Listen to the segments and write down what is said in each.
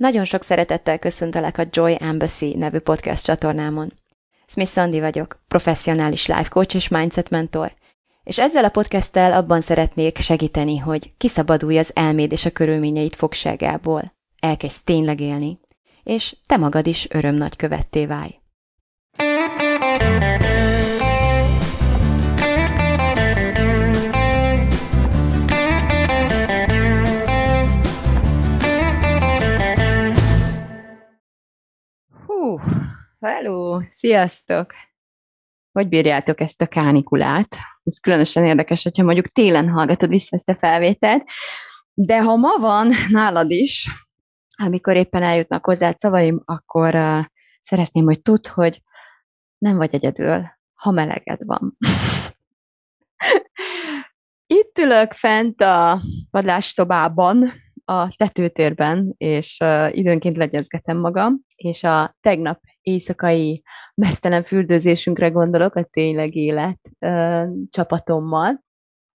Nagyon sok szeretettel köszöntelek a Joy Embassy nevű podcast csatornámon. Smith Andi vagyok, professzionális life coach és mindset mentor, és ezzel a podcasttel abban szeretnék segíteni, hogy kiszabadulj az elméd és a körülményeid fogságából, elkezdj tényleg élni, és te magad is örömnagykövetté válj. Hello, sziasztok! Hogy bírjátok ezt a kánikulát? Ez különösen érdekes, hogyha mondjuk télen hallgatod vissza ezt a felvételt, de ha ma van nálad is, amikor éppen eljutnak hozzád szavaim, akkor szeretném, hogy tudd, hogy nem vagy egyedül, ha meleged van. Itt ülök fent a padlásszobában, a tetőtérben, és időnként legyezgetem magam, és a tegnap éjszakai meztelen fürdőzésünkre gondolok, a Tényleg Élet csapatommal,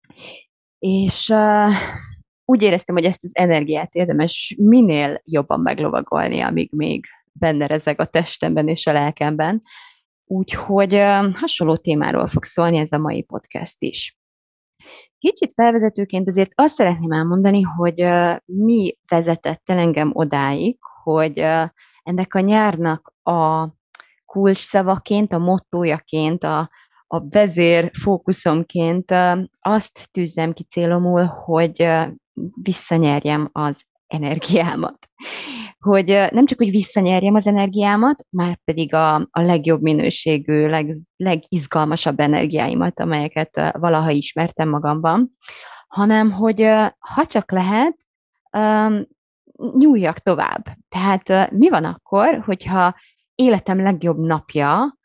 és úgy éreztem, hogy ezt az energiát érdemes minél jobban meglovagolni, amíg még benne rezeg a testemben és a lelkemben. Úgyhogy hasonló témáról fog szólni ez a mai podcast is. Kicsit felvezetőként azért azt szeretném elmondani, hogy mi vezetett el engem odáig, hogy ennek a nyárnak a kulcsszavaként, a mottójaként, a vezér fókuszomként azt tűzzem ki célomul, hogy visszanyerjem az energiámat. Hogy nem csak, hogy visszanyerjem az energiámat, már pedig a legjobb minőségű, legizgalmasabb energiáimat, amelyeket valaha ismertem magamban, hanem, hogy ha csak lehet, nyúljak tovább. Tehát mi van akkor, hogyha életem legjobb napja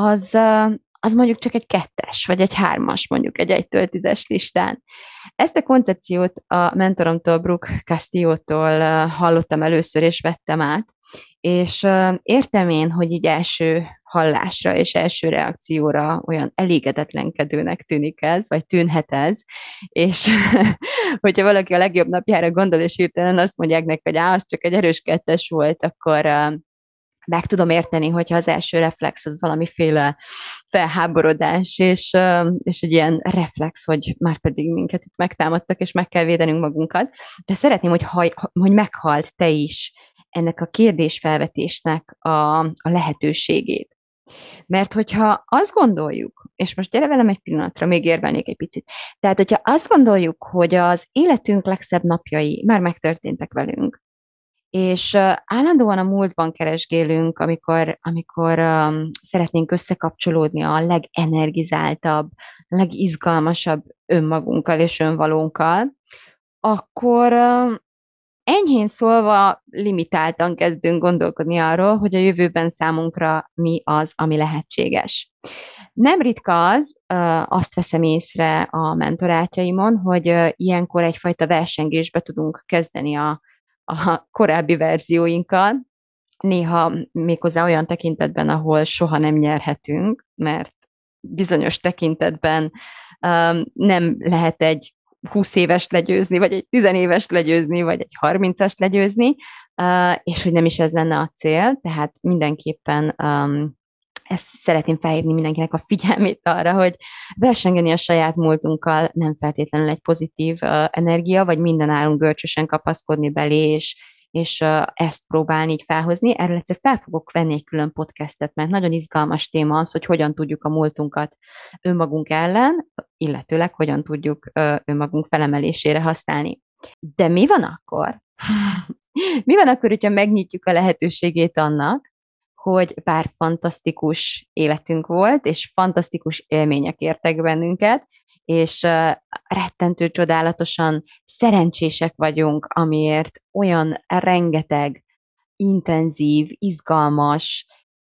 az mondjuk csak egy 2-es, vagy egy 3-as, mondjuk egy 1-től 10-es listán. Ezt a koncepciót a mentoromtól, Brooke Castillo-tól hallottam először, és vettem át, és értem én, hogy így első hallásra és első reakcióra olyan elégedetlenkedőnek tűnik ez, vagy tűnhet ez, és hogyha valaki a legjobb napjára gondol, és hirtelen azt mondják neki, hogy az csak egy erős 2-es volt, akkor meg tudom érteni, hogyha az első reflex az valamiféle felháborodás, és egy ilyen reflex, hogy már pedig minket itt megtámadtak, és meg kell védenünk magunkat. De szeretném, hogy meghalt te is ennek a kérdésfelvetésnek a lehetőségét. Mert hogyha azt gondoljuk, és most gyere velem egy pillanatra, még érvelnék egy picit, tehát hogyha azt gondoljuk, hogy az életünk legszebb napjai már megtörténtek velünk, és állandóan a múltban keresgélünk, amikor szeretnénk összekapcsolódni a legenergizáltabb, legizgalmasabb önmagunkkal és önvalónkkal, akkor enyhén szólva limitáltan kezdünk gondolkodni arról, hogy a jövőben számunkra mi az, ami lehetséges. Nem ritka az, azt veszem észre a mentorátjaimon, hogy ilyenkor egyfajta versengésbe tudunk kezdeni a korábbi verzióinkkal, néha méghozzá olyan tekintetben, ahol soha nem nyerhetünk, mert bizonyos tekintetben nem lehet egy 20 évest legyőzni, vagy egy 10 évest legyőzni, vagy egy 30-ast legyőzni, és hogy nem is ez lenne a cél, tehát mindenképpen ezt szeretném felhívni mindenkinek a figyelmét arra, hogy versengeni a saját múltunkkal nem feltétlenül egy pozitív energia, vagy mindenáron görcsösen kapaszkodni belé, és ezt próbálni így felhozni. Erről egyszer fel fogok venni egy külön podcastet, mert nagyon izgalmas téma az, hogy hogyan tudjuk a múltunkat önmagunk ellen, illetőleg hogyan tudjuk önmagunk felemelésére használni. De mi van akkor? Mi van akkor, hogyha megnyitjuk a lehetőségét annak, hogy bár fantasztikus életünk volt, és fantasztikus élmények értek bennünket, és rettentő csodálatosan szerencsések vagyunk, amiért olyan rengeteg intenzív, izgalmas,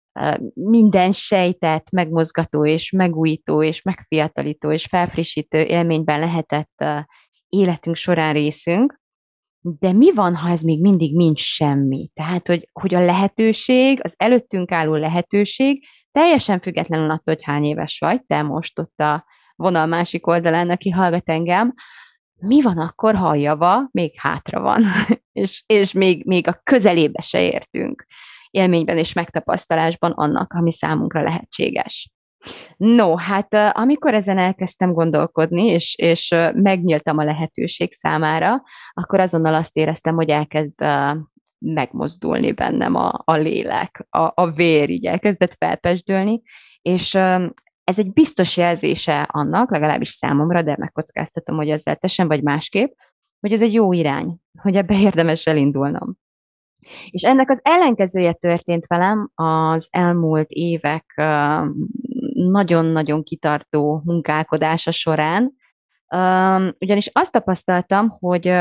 minden sejtet megmozgató, és megújító, és megfiatalító, és felfrissítő élményben lehetett életünk során részünk. De mi van, ha ez még mindig nincs semmi? Tehát, hogy a lehetőség, az előttünk álló lehetőség, teljesen függetlenül attól, hogy hány éves vagy, te most ott a vonal másik oldalán, aki hallgat engem, mi van akkor, ha a java még hátra van, és még a közelébe se értünk élményben és megtapasztalásban annak, ami számunkra lehetséges. No, hát amikor ezen elkezdtem gondolkodni, és megnyíltam a lehetőség számára, akkor azonnal azt éreztem, hogy elkezd megmozdulni bennem a lélek, a vér így elkezdett felpesdülni, és ez egy biztos jelzése annak, legalábbis számomra, de megkockáztatom, hogy ezzel te sem vagy másképp, hogy ez egy jó irány, hogy ebbe érdemes elindulnom. És ennek az ellenkezője történt velem az elmúlt évek nagyon-nagyon kitartó munkálkodása során, ugyanis azt tapasztaltam, hogy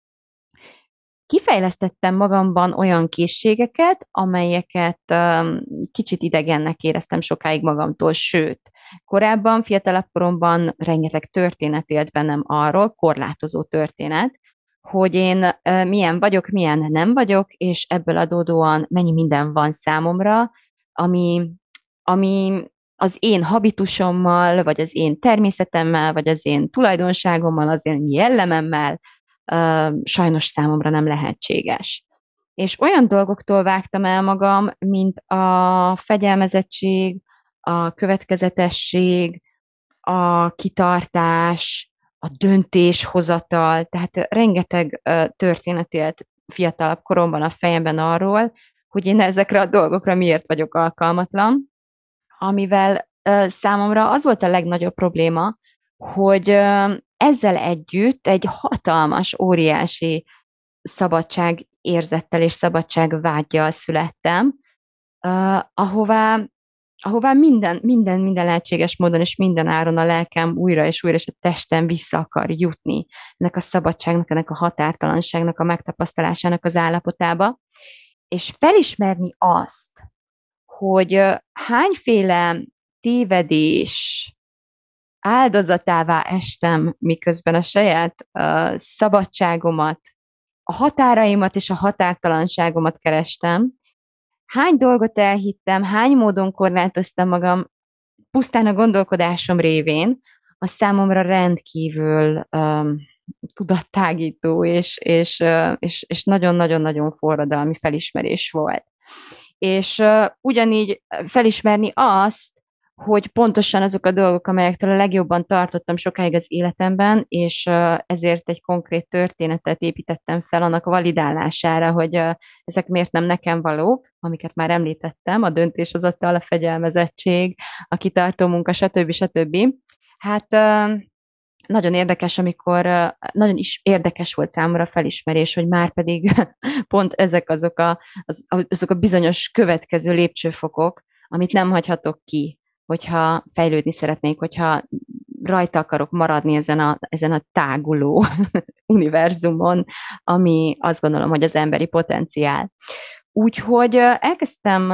kifejlesztettem magamban olyan készségeket, amelyeket kicsit idegennek éreztem sokáig magamtól, sőt, korábban, fiatalabb koromban rengeteg történet élt bennem arról, korlátozó történet, hogy én milyen vagyok, milyen nem vagyok, és ebből adódóan mennyi minden van számomra, ami, ami az én habitusommal, vagy az én természetemmel, vagy az én tulajdonságommal, az én jellememmel sajnos számomra nem lehetséges. És olyan dolgoktól vágtam el magam, mint a fegyelmezettség, a következetesség, a kitartás, a döntéshozatal, tehát rengeteg történet élt fiatalabb koromban a fejemben arról, hogy én ezekre a dolgokra miért vagyok alkalmatlan, amivel számomra az volt a legnagyobb probléma, hogy ezzel együtt egy hatalmas, óriási szabadság érzettel és szabadságvággyal születtem, ahová, ahová minden lehetséges módon és minden áron a lelkem újra és a testem vissza akar jutni ennek a szabadságnak, ennek a határtalanságnak, a megtapasztalásának az állapotába, és felismerni azt, hogy hányféle tévedés áldozatává estem, miközben a saját szabadságomat, a határaimat és a határtalanságomat kerestem. Hány dolgot elhittem, hány módon korlátoztam magam pusztán a gondolkodásom révén, a számomra rendkívül tudattágító és nagyon-nagyon-nagyon forradalmi felismerés volt. És ugyanígy felismerni azt, hogy pontosan azok a dolgok, amelyektől a legjobban tartottam sokáig az életemben, és ezért egy konkrét történetet építettem fel annak validálására, hogy ezek miért nem nekem valók, amiket már említettem, a döntéshozattal, a fegyelmezettség, a kitartó munka, stb. Hát nagyon érdekes, amikor nagyon is érdekes volt számomra a felismerés, hogy már pedig pont ezek azok a bizonyos következő lépcsőfokok, amit nem hagyhatok ki, hogyha fejlődni szeretnék, hogyha rajta akarok maradni ezen a táguló univerzumon, ami azt gondolom, hogy az emberi potenciál. Úgyhogy elkezdtem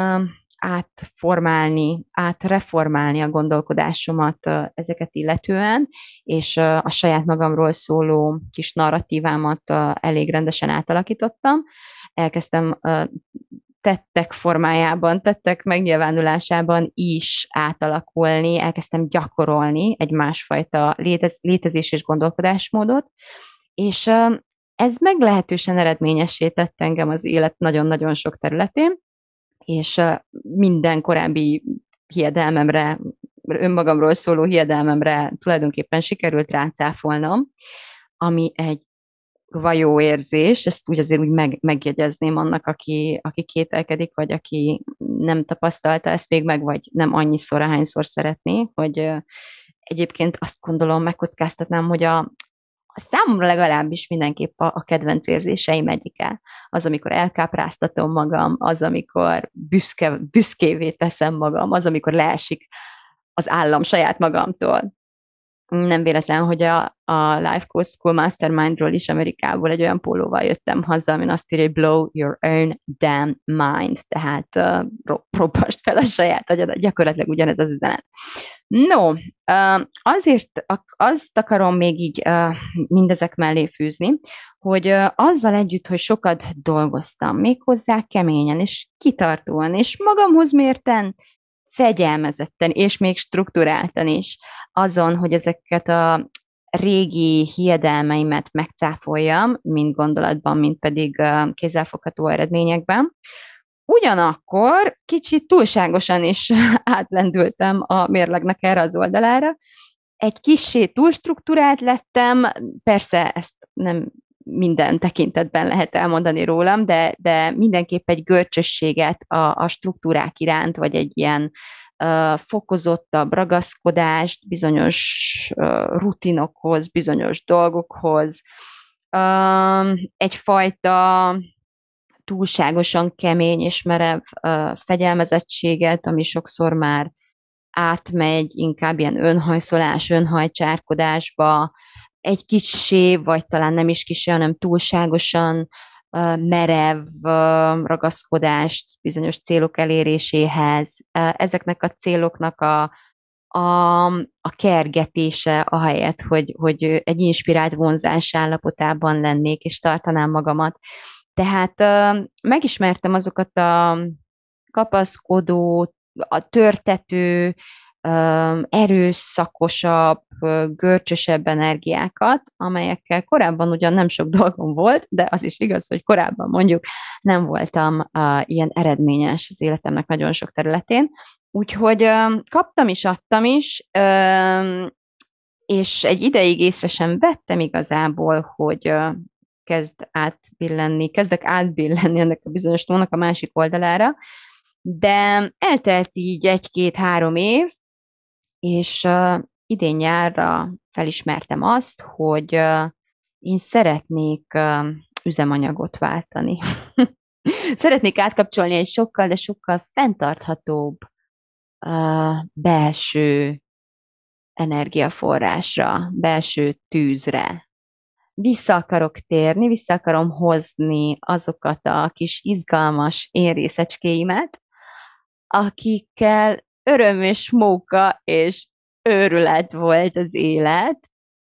átreformálni a gondolkodásomat ezeket illetően, és a saját magamról szóló kis narratívámat elég rendesen átalakítottam. Elkezdtem tettek formájában, tettek megnyilvánulásában is átalakulni, elkezdtem gyakorolni egy másfajta létezés és gondolkodásmódot, és ez meglehetősen eredményessé tett engem az élet nagyon-nagyon sok területén, és minden korábbi hiedelmemre, önmagamról szóló hiedelmemre tulajdonképpen sikerült rácáfolnom, ami egy vajó érzés, ezt úgy azért úgy megjegyezném annak, aki kételkedik, vagy aki nem tapasztalta ezt még meg, vagy nem annyiszor, ahányszor szeretné, hogy egyébként azt gondolom, megkockáztatnám, hogy a számomra legalábbis mindenképp a kedvenc érzéseim egyike. Az, amikor elkápráztatom magam, az, amikor büszkévé teszem magam, az, amikor leesik az állam saját magamtól. Nem véletlen, hogy a Life Coach School Mastermindról is Amerikából egy olyan pólóval jöttem haza, amin azt írja, hogy blow your own damn mind, tehát robbast fel a saját agyadat, gyakorlatilag ugyanez az üzenet. No, azért azt akarom még így mindezek mellé fűzni, hogy azzal együtt, hogy sokat dolgoztam, méghozzá keményen és kitartóan, és magamhoz mérten, fegyelmezetten, és még strukturáltan is azon, hogy régi hiedelmeimet megcáfoljam, mind gondolatban, mind pedig kézzelfogható eredményekben. Ugyanakkor kicsit túlságosan is átlendültem a mérlegnek erre az oldalára. Egy kissé túlstruktúrált lettem, persze ezt nem minden tekintetben lehet elmondani rólam, de mindenképp egy görcsösséget a struktúrák iránt, vagy egy ilyen fokozottabb ragaszkodást bizonyos rutinokhoz, bizonyos dolgokhoz, egyfajta túlságosan kemény és merev fegyelmezettséget, ami sokszor már átmegy inkább ilyen önhajszolás, önhajcsárkodásba, egy kissé, vagy talán nem is kissé, hanem túlságosan merev ragaszkodást bizonyos célok eléréséhez. Ezeknek a céloknak a kergetése, ahelyett, hogy egy inspirált vonzás állapotában lennék, és tartanám magamat. Tehát megismertem azokat a kapaszkodó, a törtető, erőszakosabb, görcsösebb energiákat, amelyekkel korábban ugyan nem sok dolgom volt, de az is igaz, hogy korábban mondjuk nem voltam ilyen eredményes az életemnek nagyon sok területén. Úgyhogy kaptam is, adtam is, és egy ideig észre sem vettem igazából, hogy kezdek átbillenni ennek a bizonyos tónak a másik oldalára, de eltelt így 1-2-3 év, és idén nyárra felismertem azt, hogy én szeretnék üzemanyagot váltani. Szeretnék átkapcsolni egy sokkal, de sokkal fenntarthatóbb belső energiaforrásra, belső tűzre. Vissza akarok térni, vissza akarom hozni azokat a kis izgalmas én részecskéimet, akikkel öröm és móka és őrület volt az élet,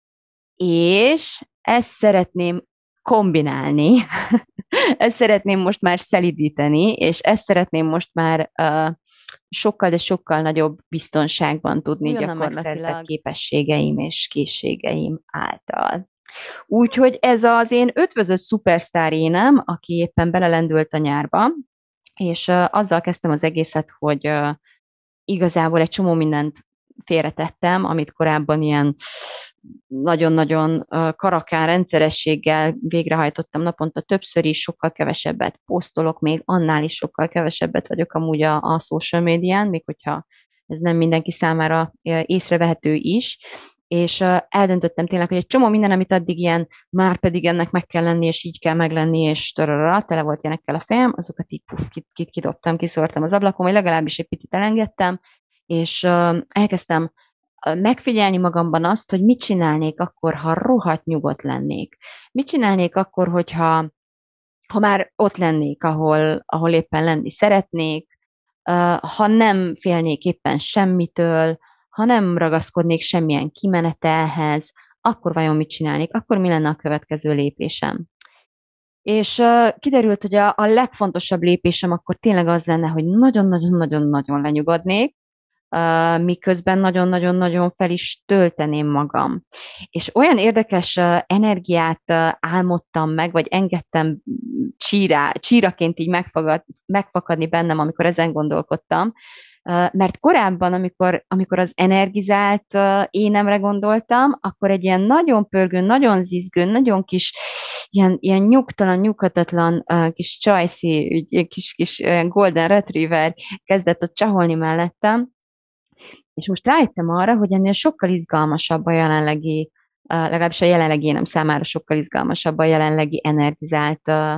és ezt szeretném kombinálni, ezt szeretném most már szelidíteni, és ezt szeretném most már sokkal, de sokkal nagyobb biztonságban tudni gyakorlatilag képességeim és készségeim által. Úgyhogy ez az én ötvözött szupersztár énem, aki éppen belelendült a nyárba, és azzal kezdtem az egészet, hogy igazából egy csomó mindent félretettem, amit korábban ilyen nagyon-nagyon karakán rendszerességgel végrehajtottam naponta többször is, sokkal kevesebbet posztolok, még annál is sokkal kevesebbet vagyok amúgy a social médián, még hogyha ez nem mindenki számára észrevehető is, és eldöntöttem tényleg, hogy egy csomó minden, amit addig ilyen, már pedig ennek meg kell lenni, és így kell meglenni, és tele volt ilyenekkel a fejem, azokat így kidobtam, kiszórtam az ablakon, vagy legalábbis egy picit elengedtem, és elkezdtem megfigyelni magamban azt, hogy mit csinálnék akkor, ha rohadt nyugodt lennék. Mit csinálnék akkor, ha már ott lennék, ahol éppen lenni szeretnék, ha nem félnék éppen semmitől, ha nem ragaszkodnék semmilyen kimenetelhez, akkor vajon mit csinálnék? Akkor mi lenne a következő lépésem? És kiderült, hogy a legfontosabb lépésem akkor tényleg az lenne, hogy nagyon-nagyon-nagyon-nagyon lenyugodnék, miközben nagyon-nagyon-nagyon fel is tölteném magam. És olyan érdekes energiát álmodtam meg, vagy engedtem csíraként így megfakadni bennem, amikor ezen gondolkodtam, mert korábban, amikor az energizált énemre gondoltam, akkor egy ilyen nagyon pörgő, nagyon zizgő, nagyon kis, ilyen nyugtalan, nyughatatlan kis csajszi, kis golden retriever kezdett ott csaholni mellettem, és most rájöttem arra, hogy ennél sokkal izgalmasabb a jelenlegi, legalábbis a jelenlegi énem számára sokkal izgalmasabb a jelenlegi energizált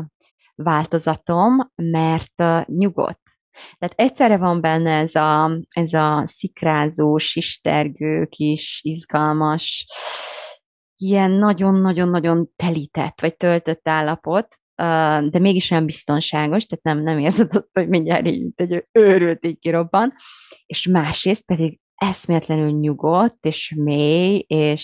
változatom, mert nyugodt. Tehát egyszerre van benne ez a szikrázó, sistergő, kis, izgalmas, ilyen nagyon-nagyon-nagyon telített, vagy töltött állapot, de mégis olyan biztonságos, tehát nem érzed azt, hogy mindjárt így egy őrült így kirobban, és másrészt pedig eszméletlenül nyugodt, és mély,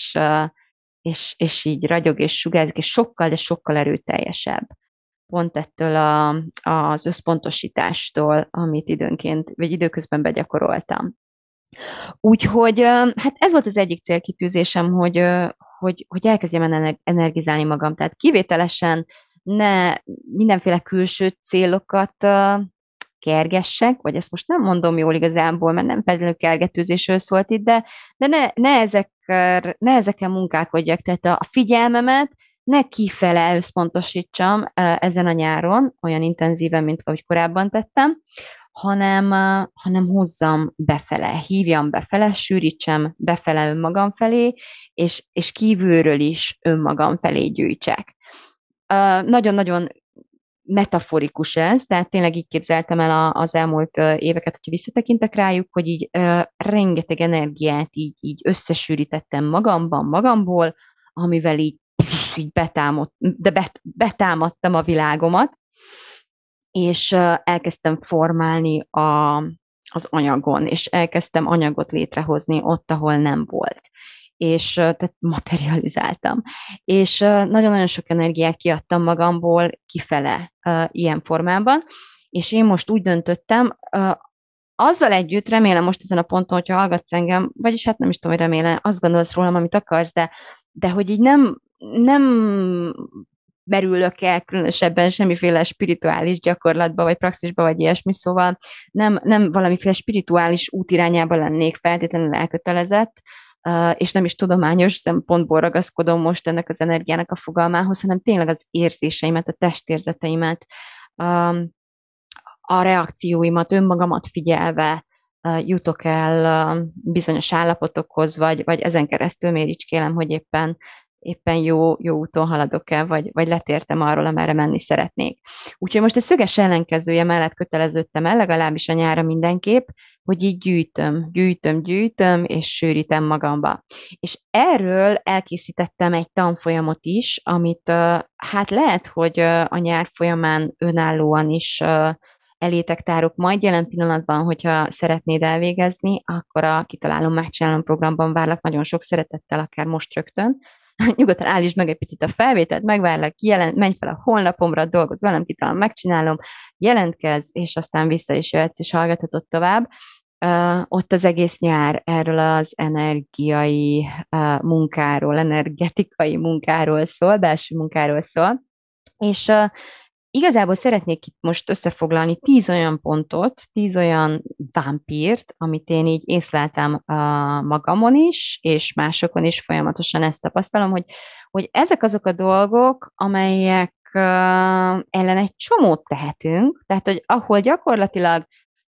és így ragyog, és sugárzik, és sokkal, de sokkal erőteljesebb. Pont ettől az összpontosítástól, amit időnként, vagy időközben begyakoroltam. Úgyhogy hát ez volt az egyik célkitűzésem, hogy elkezdjem energizálni magam. Tehát kivételesen ne mindenféle külső célokat kergessek, vagy ezt most nem mondom jól igazából, mert nem feltétlenül kergetőzésről szólt itt, de ne ezeken munkálkodjak, tehát a figyelmemet ne kifele összpontosítsam ezen a nyáron, olyan intenzíven, mint ahogy korábban tettem, hanem hozzam befele, hívjam befele, sűrítsem befele önmagam felé, és kívülről is önmagam felé gyűjtsek. Nagyon-nagyon metaforikus ez, tehát tényleg így képzeltem el az elmúlt éveket, hogyha visszatekintek rájuk, hogy így rengeteg energiát így összesűrítettem magamból, amivel így betámadtam a világomat, és elkezdtem formálni az anyagon, és elkezdtem anyagot létrehozni ott, ahol nem volt. És tehát materializáltam. És nagyon-nagyon sok energiát kiadtam magamból kifele ilyen formában, és én most úgy döntöttem, azzal együtt remélem most ezen a ponton, hogyha hallgatsz engem, vagyis hát nem is tudom, hogy remélem, azt gondolsz rólam, amit akarsz, de hogy így nem merülök el különösebben semmiféle spirituális gyakorlatba, vagy praxisba, vagy ilyesmi, szóval nem valamiféle spirituális útirányába lennék feltétlenül elkötelezett, és nem is tudományos szempontból ragaszkodom most ennek az energiának a fogalmához, hanem tényleg az érzéseimet, a testérzeteimet, a reakcióimat, önmagamat figyelve jutok el bizonyos állapotokhoz, vagy ezen keresztül méricskélem, hogy éppen jó úton haladok-e, vagy letértem arról, amerre menni szeretnék. Úgyhogy most a szöges ellenkezője mellett köteleződtem el, legalábbis a nyára mindenképp, hogy így gyűjtöm, és sűrítem magamba. És erről elkészítettem egy tanfolyamot is, amit hát lehet, hogy a nyár folyamán önállóan is elétek tárok majd. Jelen pillanatban, hogyha szeretnéd elvégezni, akkor a Kitalálom, Megcsinálom programban várlak nagyon sok szeretettel, akár most rögtön. Nyugodtan állítsd meg egy picit a felvételt, megvárlak, menj fel a honlapomra, dolgozz velem, kitalálom, megcsinálom, jelentkezz, és aztán vissza is jöhetsz, és hallgathatod tovább. Ott az egész nyár erről az energiai munkáról, energetikai munkáról szól, belső munkáról szól, és igazából szeretnék itt most összefoglalni 10 olyan pontot, 10 olyan vámpírt, amit én így észleltem magamon is, és másokon is folyamatosan ezt tapasztalom, hogy ezek azok a dolgok, amelyek ellen egy csomót tehetünk, tehát hogy ahol gyakorlatilag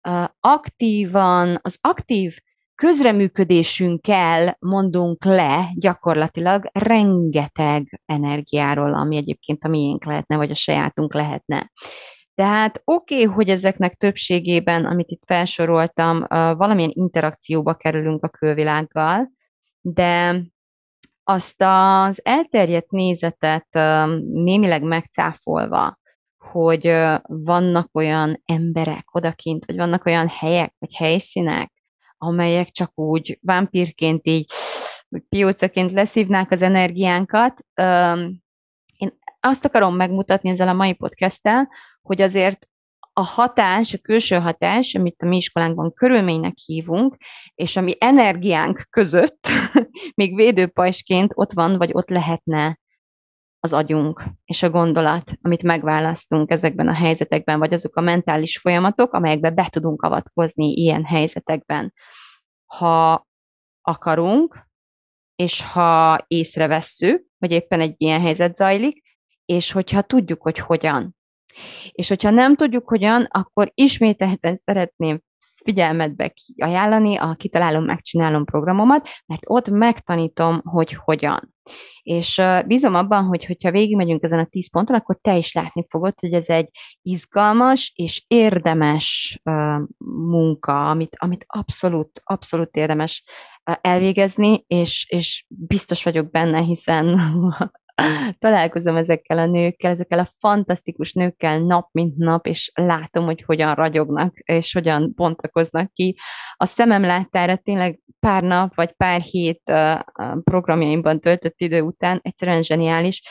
az aktív közreműködésünkkel mondunk le gyakorlatilag rengeteg energiáról, ami egyébként a miénk lehetne, vagy a sajátunk lehetne. Tehát oké, hogy ezeknek többségében, amit itt felsoroltam, valamilyen interakcióba kerülünk a külvilággal, de azt az elterjedt nézetet némileg megcáfolva, hogy vannak olyan emberek odakint, vagy vannak olyan helyek, vagy helyszínek, amelyek csak úgy vámpírként így, vagy piócaként leszívnák az energiánkat. Én azt akarom megmutatni ezzel a mai podcasttel, hogy azért a külső hatás, amit a mi iskolánkban körülménynek hívunk, és ami energiánk között még védőpajsként ott van, vagy ott lehetne az agyunk és a gondolat, amit megválasztunk ezekben a helyzetekben, vagy azok a mentális folyamatok, amelyekbe be tudunk avatkozni ilyen helyzetekben. Ha akarunk, és ha észrevesszük, hogy éppen egy ilyen helyzet zajlik, és hogyha tudjuk, hogy hogyan. És hogyha nem tudjuk hogyan, akkor ismételten szeretném figyelmetbe ajánlani a Kitalálom, Megcsinálom programomat, mert ott megtanítom, hogy hogyan. És bízom abban, hogy hogyha végigmegyünk ezen a 10 ponton, akkor te is látni fogod, hogy ez egy izgalmas és érdemes munka, amit abszolút érdemes elvégezni, és biztos vagyok benne, hiszen találkozom ezekkel a nőkkel, ezekkel a fantasztikus nőkkel nap mint nap, és látom, hogy hogyan ragyognak, és hogyan bontakoznak ki. A szemem láttára tényleg pár nap, vagy pár hét programjaimban töltött idő után egyszerűen zseniális,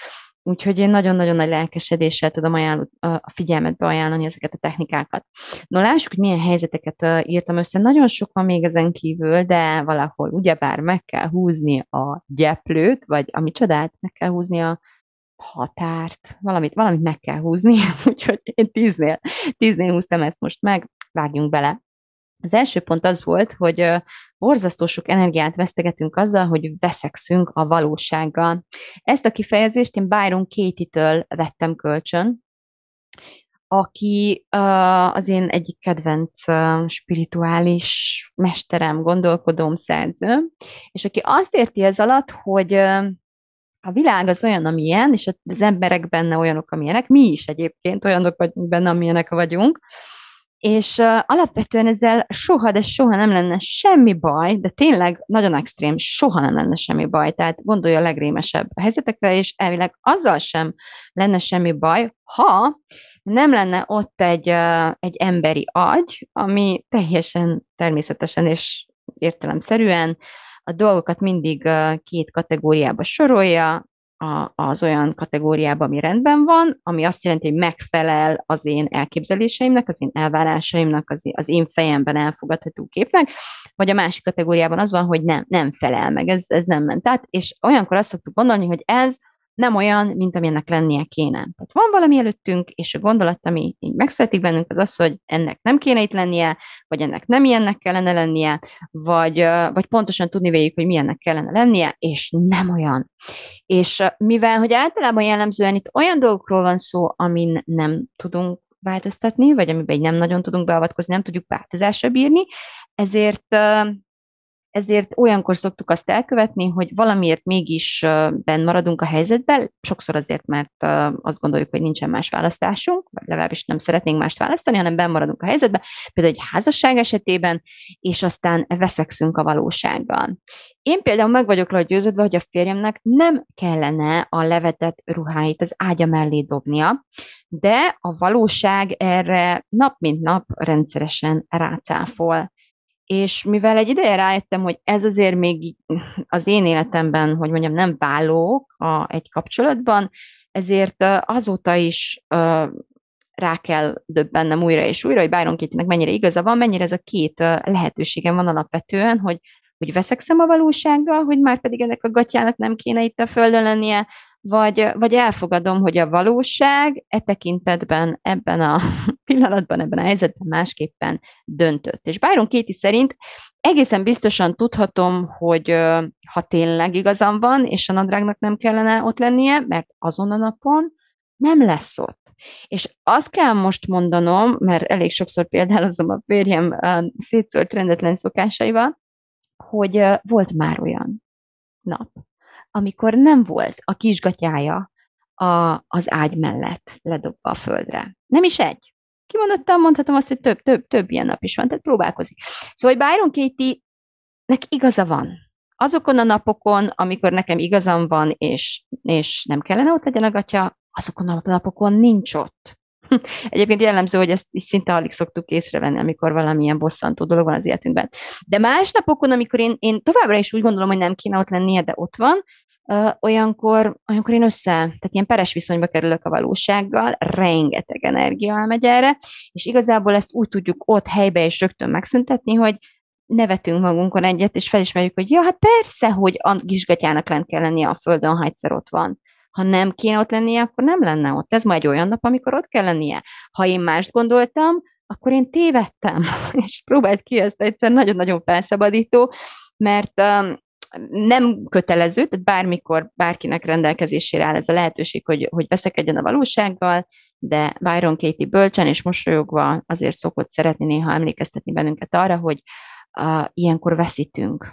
Úgyhogy én nagyon-nagyon nagy lelkesedéssel tudom a figyelmetbe ajánlani ezeket a technikákat. No, lássuk, hogy milyen helyzeteket írtam össze. Nagyon sok van még ezen kívül, de valahol ugyebár meg kell húzni a gyeplőt, vagy a micsodát, meg kell húzni a határt, valamit meg kell húzni, úgyhogy én tíznél húztam ezt most meg, vágjunk bele. Az első pont az volt, hogy borzasztó sok energiát vesztegetünk azzal, hogy veszekszünk a valósággal. Ezt a kifejezést én Byron Katie-től vettem kölcsön, aki az én egyik kedvenc spirituális mesterem, gondolkodóm, szerző, és aki azt érti ez alatt, hogy a világ az olyan, amilyen, és az emberek benne olyanok, amilyenek, mi is egyébként olyanok vagyunk benne, amilyenek vagyunk, és alapvetően ezzel soha, de soha nem lenne semmi baj, de tényleg nagyon extrém, soha nem lenne semmi baj. Tehát gondolja a legrémesebb helyzetekre, és elvileg azzal sem lenne semmi baj, ha nem lenne ott egy emberi agy, ami teljesen természetesen és értelemszerűen a dolgokat mindig két kategóriába sorolja, az olyan kategóriába, ami rendben van, ami azt jelenti, hogy megfelel az én elképzeléseimnek, az én elvárásaimnak, az én fejemben elfogadható képnek, vagy a másik kategóriában az van, hogy nem felel meg, ez nem ment át, és olyankor azt szoktuk gondolni, hogy ez nem olyan, mint amilyennek lennie kéne. Tehát van valami előttünk, és a gondolat, ami így megszületik bennünk, az az, hogy ennek nem kéne itt lennie, vagy ennek nem ilyennek kellene lennie, vagy pontosan tudni véljük, hogy milyennek kellene lennie, és nem olyan. És mivel, hogy általában jellemzően itt olyan dolgokról van szó, amin nem tudunk változtatni, vagy amiben nem nagyon tudunk beavatkozni, nem tudjuk változásra bírni, ezért ezért olyankor szoktuk azt elkövetni, hogy valamiért mégis benn maradunk a helyzetben, sokszor azért, mert azt gondoljuk, hogy nincsen más választásunk, vagy legalábbis nem szeretnénk mást választani, hanem benn maradunk a helyzetben, például egy házasság esetében, és aztán veszekszünk a valósággal. Én például meg vagyok rá győződve, hogy a férjemnek nem kellene a levetett ruháit az ágya mellé dobnia, de a valóság erre nap mint nap rendszeresen rácáfol. És mivel egy ideje rájöttem, hogy ez azért még az én életemben, hogy mondjam, nem válók egy kapcsolatban, ezért azóta is rá kell döbbennem újra és újra, hogy Byron Katie-nek mennyire igaza van, mennyire ez a két lehetőségem van alapvetően, hogy veszekszem a valósággal, hogy már pedig ennek a gatyának nem kéne itt a földön lennie, vagy elfogadom, hogy a valóság e tekintetben, ebben a pillanatban, ebben a helyzetben másképpen döntött. És Byron Katie szerint egészen biztosan tudhatom, hogy ha tényleg igazam van, és a nadrágnak nem kellene ott lennie, mert azon a napon nem lesz ott. És azt kell most mondanom, mert elég sokszor példálozom a férjem szétszólt rendetlen szokásaival, hogy volt már olyan nap, amikor nem volt a kisgatyája az ágy mellett ledobva a földre. Nem is egy. Kimondottan mondhatom azt, hogy több ilyen nap is van, tehát próbálkozik. Szóval, hogy Byron Katie-nek igaza van. Azokon a napokon, amikor nekem igazam van, és nem kellene ott legyen a gatya, azokon a napokon nincs ott. Egyébként jellemző, hogy ezt is szinte alig szoktuk észrevenni, amikor valamilyen bosszantó dolog van az életünkben. De más napokon, amikor én továbbra is úgy gondolom, hogy nem kéne ott lennie, de ott van, olyankor én tehát ilyen peres viszonyba kerülök a valósággal, rengeteg energia elmegy erre, és igazából ezt úgy tudjuk ott helybe és rögtön megszüntetni, hogy nevetünk magunkon egyet, és felismerjük, hogy ja, hát persze, hogy a kisgatyának lent kell lennie a földön, ha egyszer ott van. Ha nem kéne ott lennie, akkor nem lenne ott. Ez ma egy olyan nap, amikor ott kell lennie. Ha én mást gondoltam, akkor én tévedtem. És próbált ki ezt egyszer, nagyon-nagyon felszabadító, mert nem kötelező, tehát bármikor bárkinek rendelkezésére áll ez a lehetőség, hogy veszekedjen a valósággal, de Byron Katie bölcsen és mosolyogva azért szokott szeretni néha emlékeztetni bennünket arra, hogy ilyenkor veszítünk.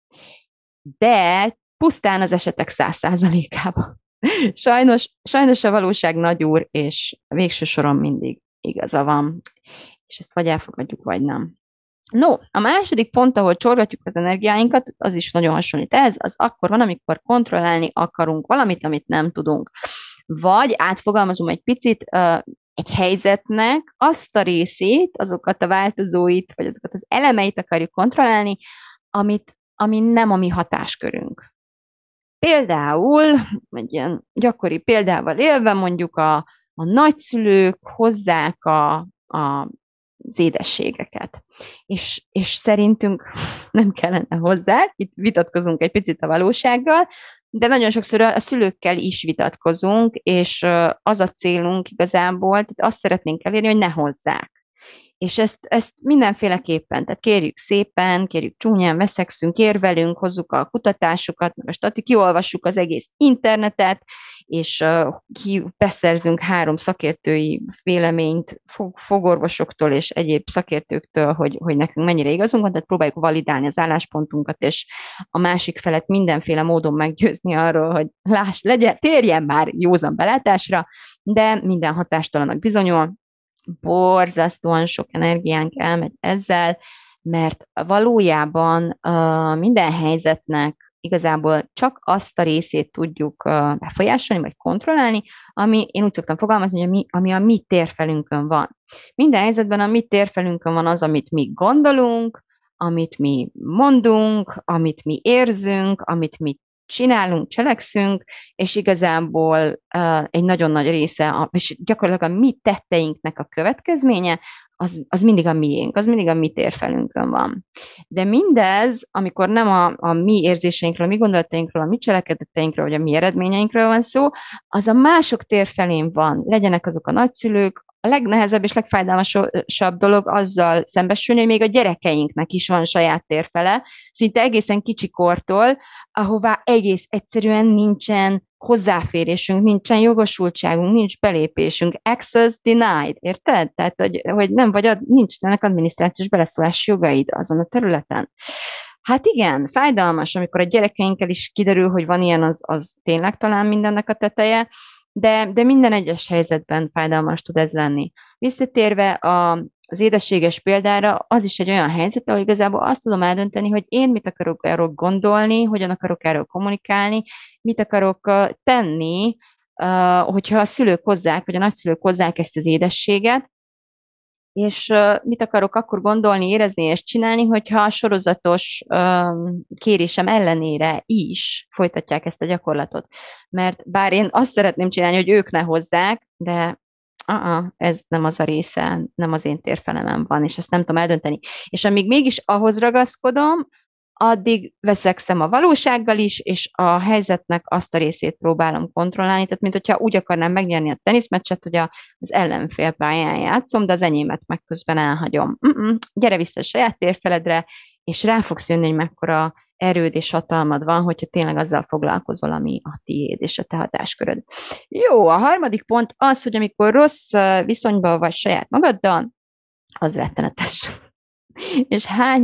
De pusztán az esetek 100%-ában. Sajnos a valóság nagy úr, és végső soron mindig igaza van. És ezt vagy elfogadjuk, vagy nem. No, a második pont, ahol csorgatjuk az energiáinkat, az is nagyon hasonlít ez, az akkor van, amikor kontrollálni akarunk valamit, amit nem tudunk. Vagy átfogalmazom egy picit, egy helyzetnek azt a részét, azokat a változóit, vagy azokat az elemeit akarjuk kontrollálni, ami nem a mi hatáskörünk. Például, egy ilyen gyakori példával élve, mondjuk a nagyszülők hozzák az édességeket. És szerintünk nem kellene hozzá, itt vitatkozunk egy picit a valósággal, de nagyon sokszor a szülőkkel is vitatkozunk, és az a célunk igazából, tehát azt szeretnénk elérni, hogy ne hozzák. És ezt mindenféleképpen, tehát kérjük szépen, kérjük csúnyán, veszekszünk, érvelünk, hozzuk a kutatásokat, meg a kiolvassuk az egész internetet, és beszerzünk 3 szakértői véleményt fogorvosoktól és egyéb szakértőktől, hogy nekünk mennyire igazunk van, tehát próbáljuk validálni az álláspontunkat, és a másik felet mindenféle módon meggyőzni arról, hogy térjen már józan belátásra, de minden hatástalanak bizonyul, borzasztóan sok energiánk elmegy ezzel, mert valójában minden helyzetnek igazából csak azt a részét tudjuk befolyásolni, vagy kontrollálni, ami, én úgy szoktam fogalmazni, hogy ami a mi térfelünkön van. Minden helyzetben a mi térfelünkön van az, amit mi gondolunk, amit mi mondunk, amit mi érzünk, amit mi csinálunk, cselekszünk, és igazából egy nagyon nagy része, és gyakorlatilag a mi tetteinknek a következménye, az mindig a miénk, az mindig a mi térfelünkön van. De mindez, amikor nem a mi érzéseinkről, a mi gondolatainkról, a mi cselekedeteinkről, vagy a mi eredményeinkről van szó, az a mások térfelén van. Legyenek azok a nagyszülők, a legnehezebb és legfájdalmasabb dolog azzal szembesülni, hogy még a gyerekeinknek is van saját térfele, szinte egészen kicsikortól, ahová egész egyszerűen nincsen hozzáférésünk, nincsen jogosultságunk, nincs belépésünk, access denied, érted? Tehát, hogy nem vagy, nincsenek adminisztrációs beleszólási jogaid azon a területen. Hát igen, fájdalmas, amikor a gyerekeinkkel is kiderül, hogy van ilyen, az tényleg talán mindennek a teteje, de minden egyes helyzetben fájdalmas tud ez lenni. Visszatérve az édességes példára, az is egy olyan helyzet, ahol igazából azt tudom eldönteni, hogy én mit akarok erről gondolni, hogyan akarok erről kommunikálni, mit akarok tenni, hogyha a szülők hozzák, vagy a nagyszülők hozzák ezt az édességet, és mit akarok akkor gondolni, érezni és csinálni, hogyha a sorozatos kérésem ellenére is folytatják ezt a gyakorlatot. Mert bár én azt szeretném csinálni, hogy ők ne hozzák, de ez nem az a része, nem az én térfelemen van, és ezt nem tudom eldönteni. És amíg mégis ahhoz ragaszkodom, addig veszekszem a valósággal is, és a helyzetnek azt a részét próbálom kontrollálni, tehát mint hogyha úgy akarnám megnyerni a teniszmeccset, hogy az ellenfél pályán játszom, de az enyémet meg közben elhagyom. Gyere vissza a saját térfeledre, és rá fogsz jönni, hogy mekkora erőd és hatalmad van, hogyha tényleg azzal foglalkozol, ami a tiéd és a te hatásköröd. Jó, a harmadik pont az, hogy amikor rossz viszonyban vagy saját magaddal, az rettenetes. És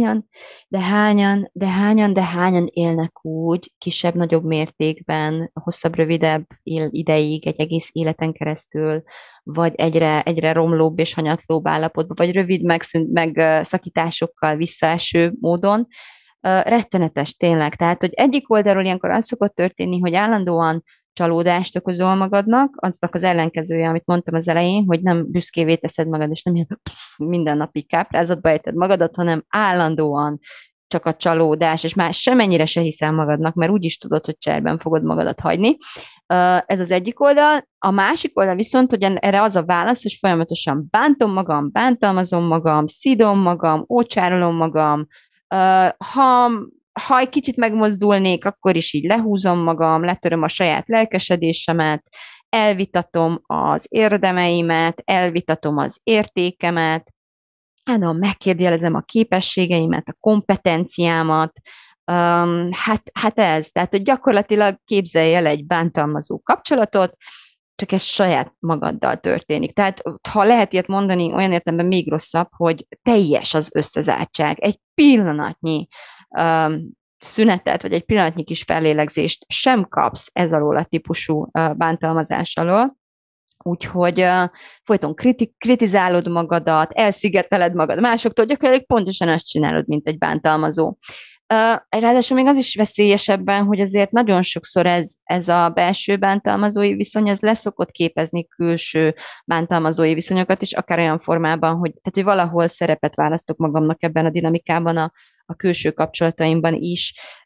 hányan élnek úgy, kisebb-nagyobb mértékben, hosszabb, rövidebb ideig, egy egész életen keresztül, vagy egyre romlóbb és hanyatlóbb állapotban, vagy rövid megszakításokkal visszaeső módon. Rettenetes tényleg. Tehát, hogy egyik oldalról ilyenkor az szokott történni, hogy állandóan csalódást okozol magadnak, aznak az ellenkezője, amit mondtam az elején, hogy nem büszkévé teszed magad, és nem mindennapi káprázatba ejted magadat, hanem állandóan csak a csalódás, és már semennyire se hiszel magadnak, mert úgy is tudod, hogy cserben fogod magadat hagyni. Ez az egyik oldal. A másik oldal viszont, hogy erre az a válasz, hogy folyamatosan bántom magam, bántalmazom magam, szidom magam, ócsárolom magam, ha egy kicsit megmozdulnék, akkor is így lehúzom magam, letöröm a saját lelkesedésemet, elvitatom az érdemeimet, elvitatom az értékemet, megkérdőjelezem a képességeimet, a kompetenciámat, hát ez, tehát hogy gyakorlatilag képzelj el egy bántalmazó kapcsolatot, csak ez saját magaddal történik. Tehát ha lehet ilyet mondani, olyan értelemben még rosszabb, hogy teljes az összezártság. Egy pillanatnyi szünetet, vagy egy pillanatnyi kis fellélegzést sem kapsz ez alól a típusú bántalmazás alól. Úgyhogy folyton kritizálod magadat, elszigeteled magad másoktól, gyakorlatilag pontosan azt csinálod, mint egy bántalmazó. Ráadásul még az is veszélyesebben, hogy azért nagyon sokszor ez a belső bántalmazói viszony, ez leszokott képezni külső bántalmazói viszonyokat is, akár olyan formában, hogy valahol szerepet választok magamnak ebben a dinamikában, a külső kapcsolataimban is.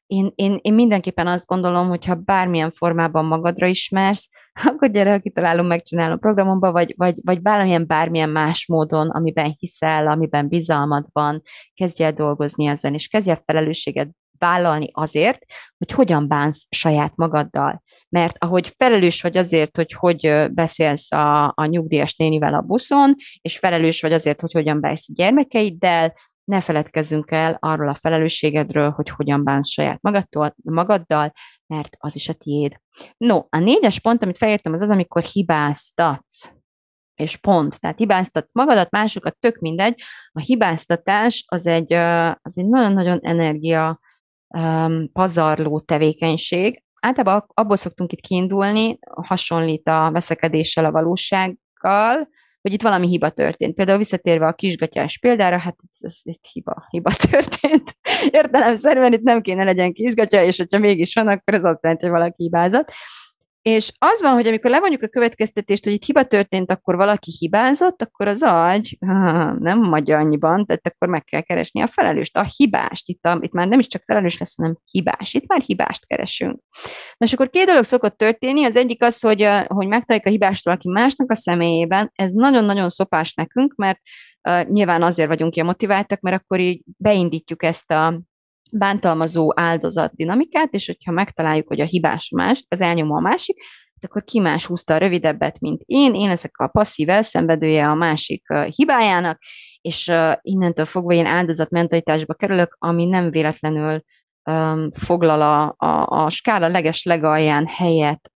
én mindenképpen azt gondolom, hogy ha bármilyen formában magadra ismersz, akkor gyere, kitalálom, megcsinálom programomba, vagy bármilyen más módon, amiben hiszel, amiben bizalmad van, kezdj el dolgozni ezen, és kezdj el felelősséget vállalni azért, hogy hogyan bánsz saját magaddal. Mert ahogy felelős vagy azért, hogy beszélsz a nyugdíjas nénivel a buszon, és felelős vagy azért, hogy hogyan bánsz a gyermekeiddel, ne feledkezzünk el arról a felelősségedről, hogy hogyan bánsz saját magaddal, mert az is a tiéd. No, a 4-es pont, amit felírtam, az az, amikor hibáztatsz. És pont. Tehát hibáztatsz magadat, másokat, tök mindegy. A hibáztatás az egy nagyon-nagyon energia pazarló tevékenység. Általában abból szoktunk itt kiindulni, hasonlít a veszekedéssel a valósággal, hogy itt valami hiba történt. Például visszatérve a kisgatyás példára, hát ez hiba történt. Értelemszerűen itt nem kéne legyen kisgatya, és hogyha mégis van, akkor ez azt jelenti, hogy valaki hibázott. És az van, hogy amikor levonjuk a következtetést, hogy itt hiba történt, akkor valaki hibázott, akkor az agy nem adja annyiban, tehát akkor meg kell keresni a felelőst, a hibást. Itt már nem is csak felelős lesz, hanem hibás. Itt már hibást keresünk. Na és akkor 2 dolog szokott történni. Az egyik az, hogy megtaláljuk a hibást valaki másnak a személyében. Ez nagyon-nagyon szopás nekünk, mert nyilván azért vagyunk ilyen motiváltak, mert akkor így beindítjuk ezt a bántalmazó áldozat dinamikát, és hogyha megtaláljuk, hogy a hibás más, az elnyomó a másik, akkor ki más húzta a rövidebbet, mint én leszek a passzív elszenvedője a másik hibájának, és innentől fogva én áldozatmentalitásba kerülök, ami nem véletlenül foglal a skála legalján helyet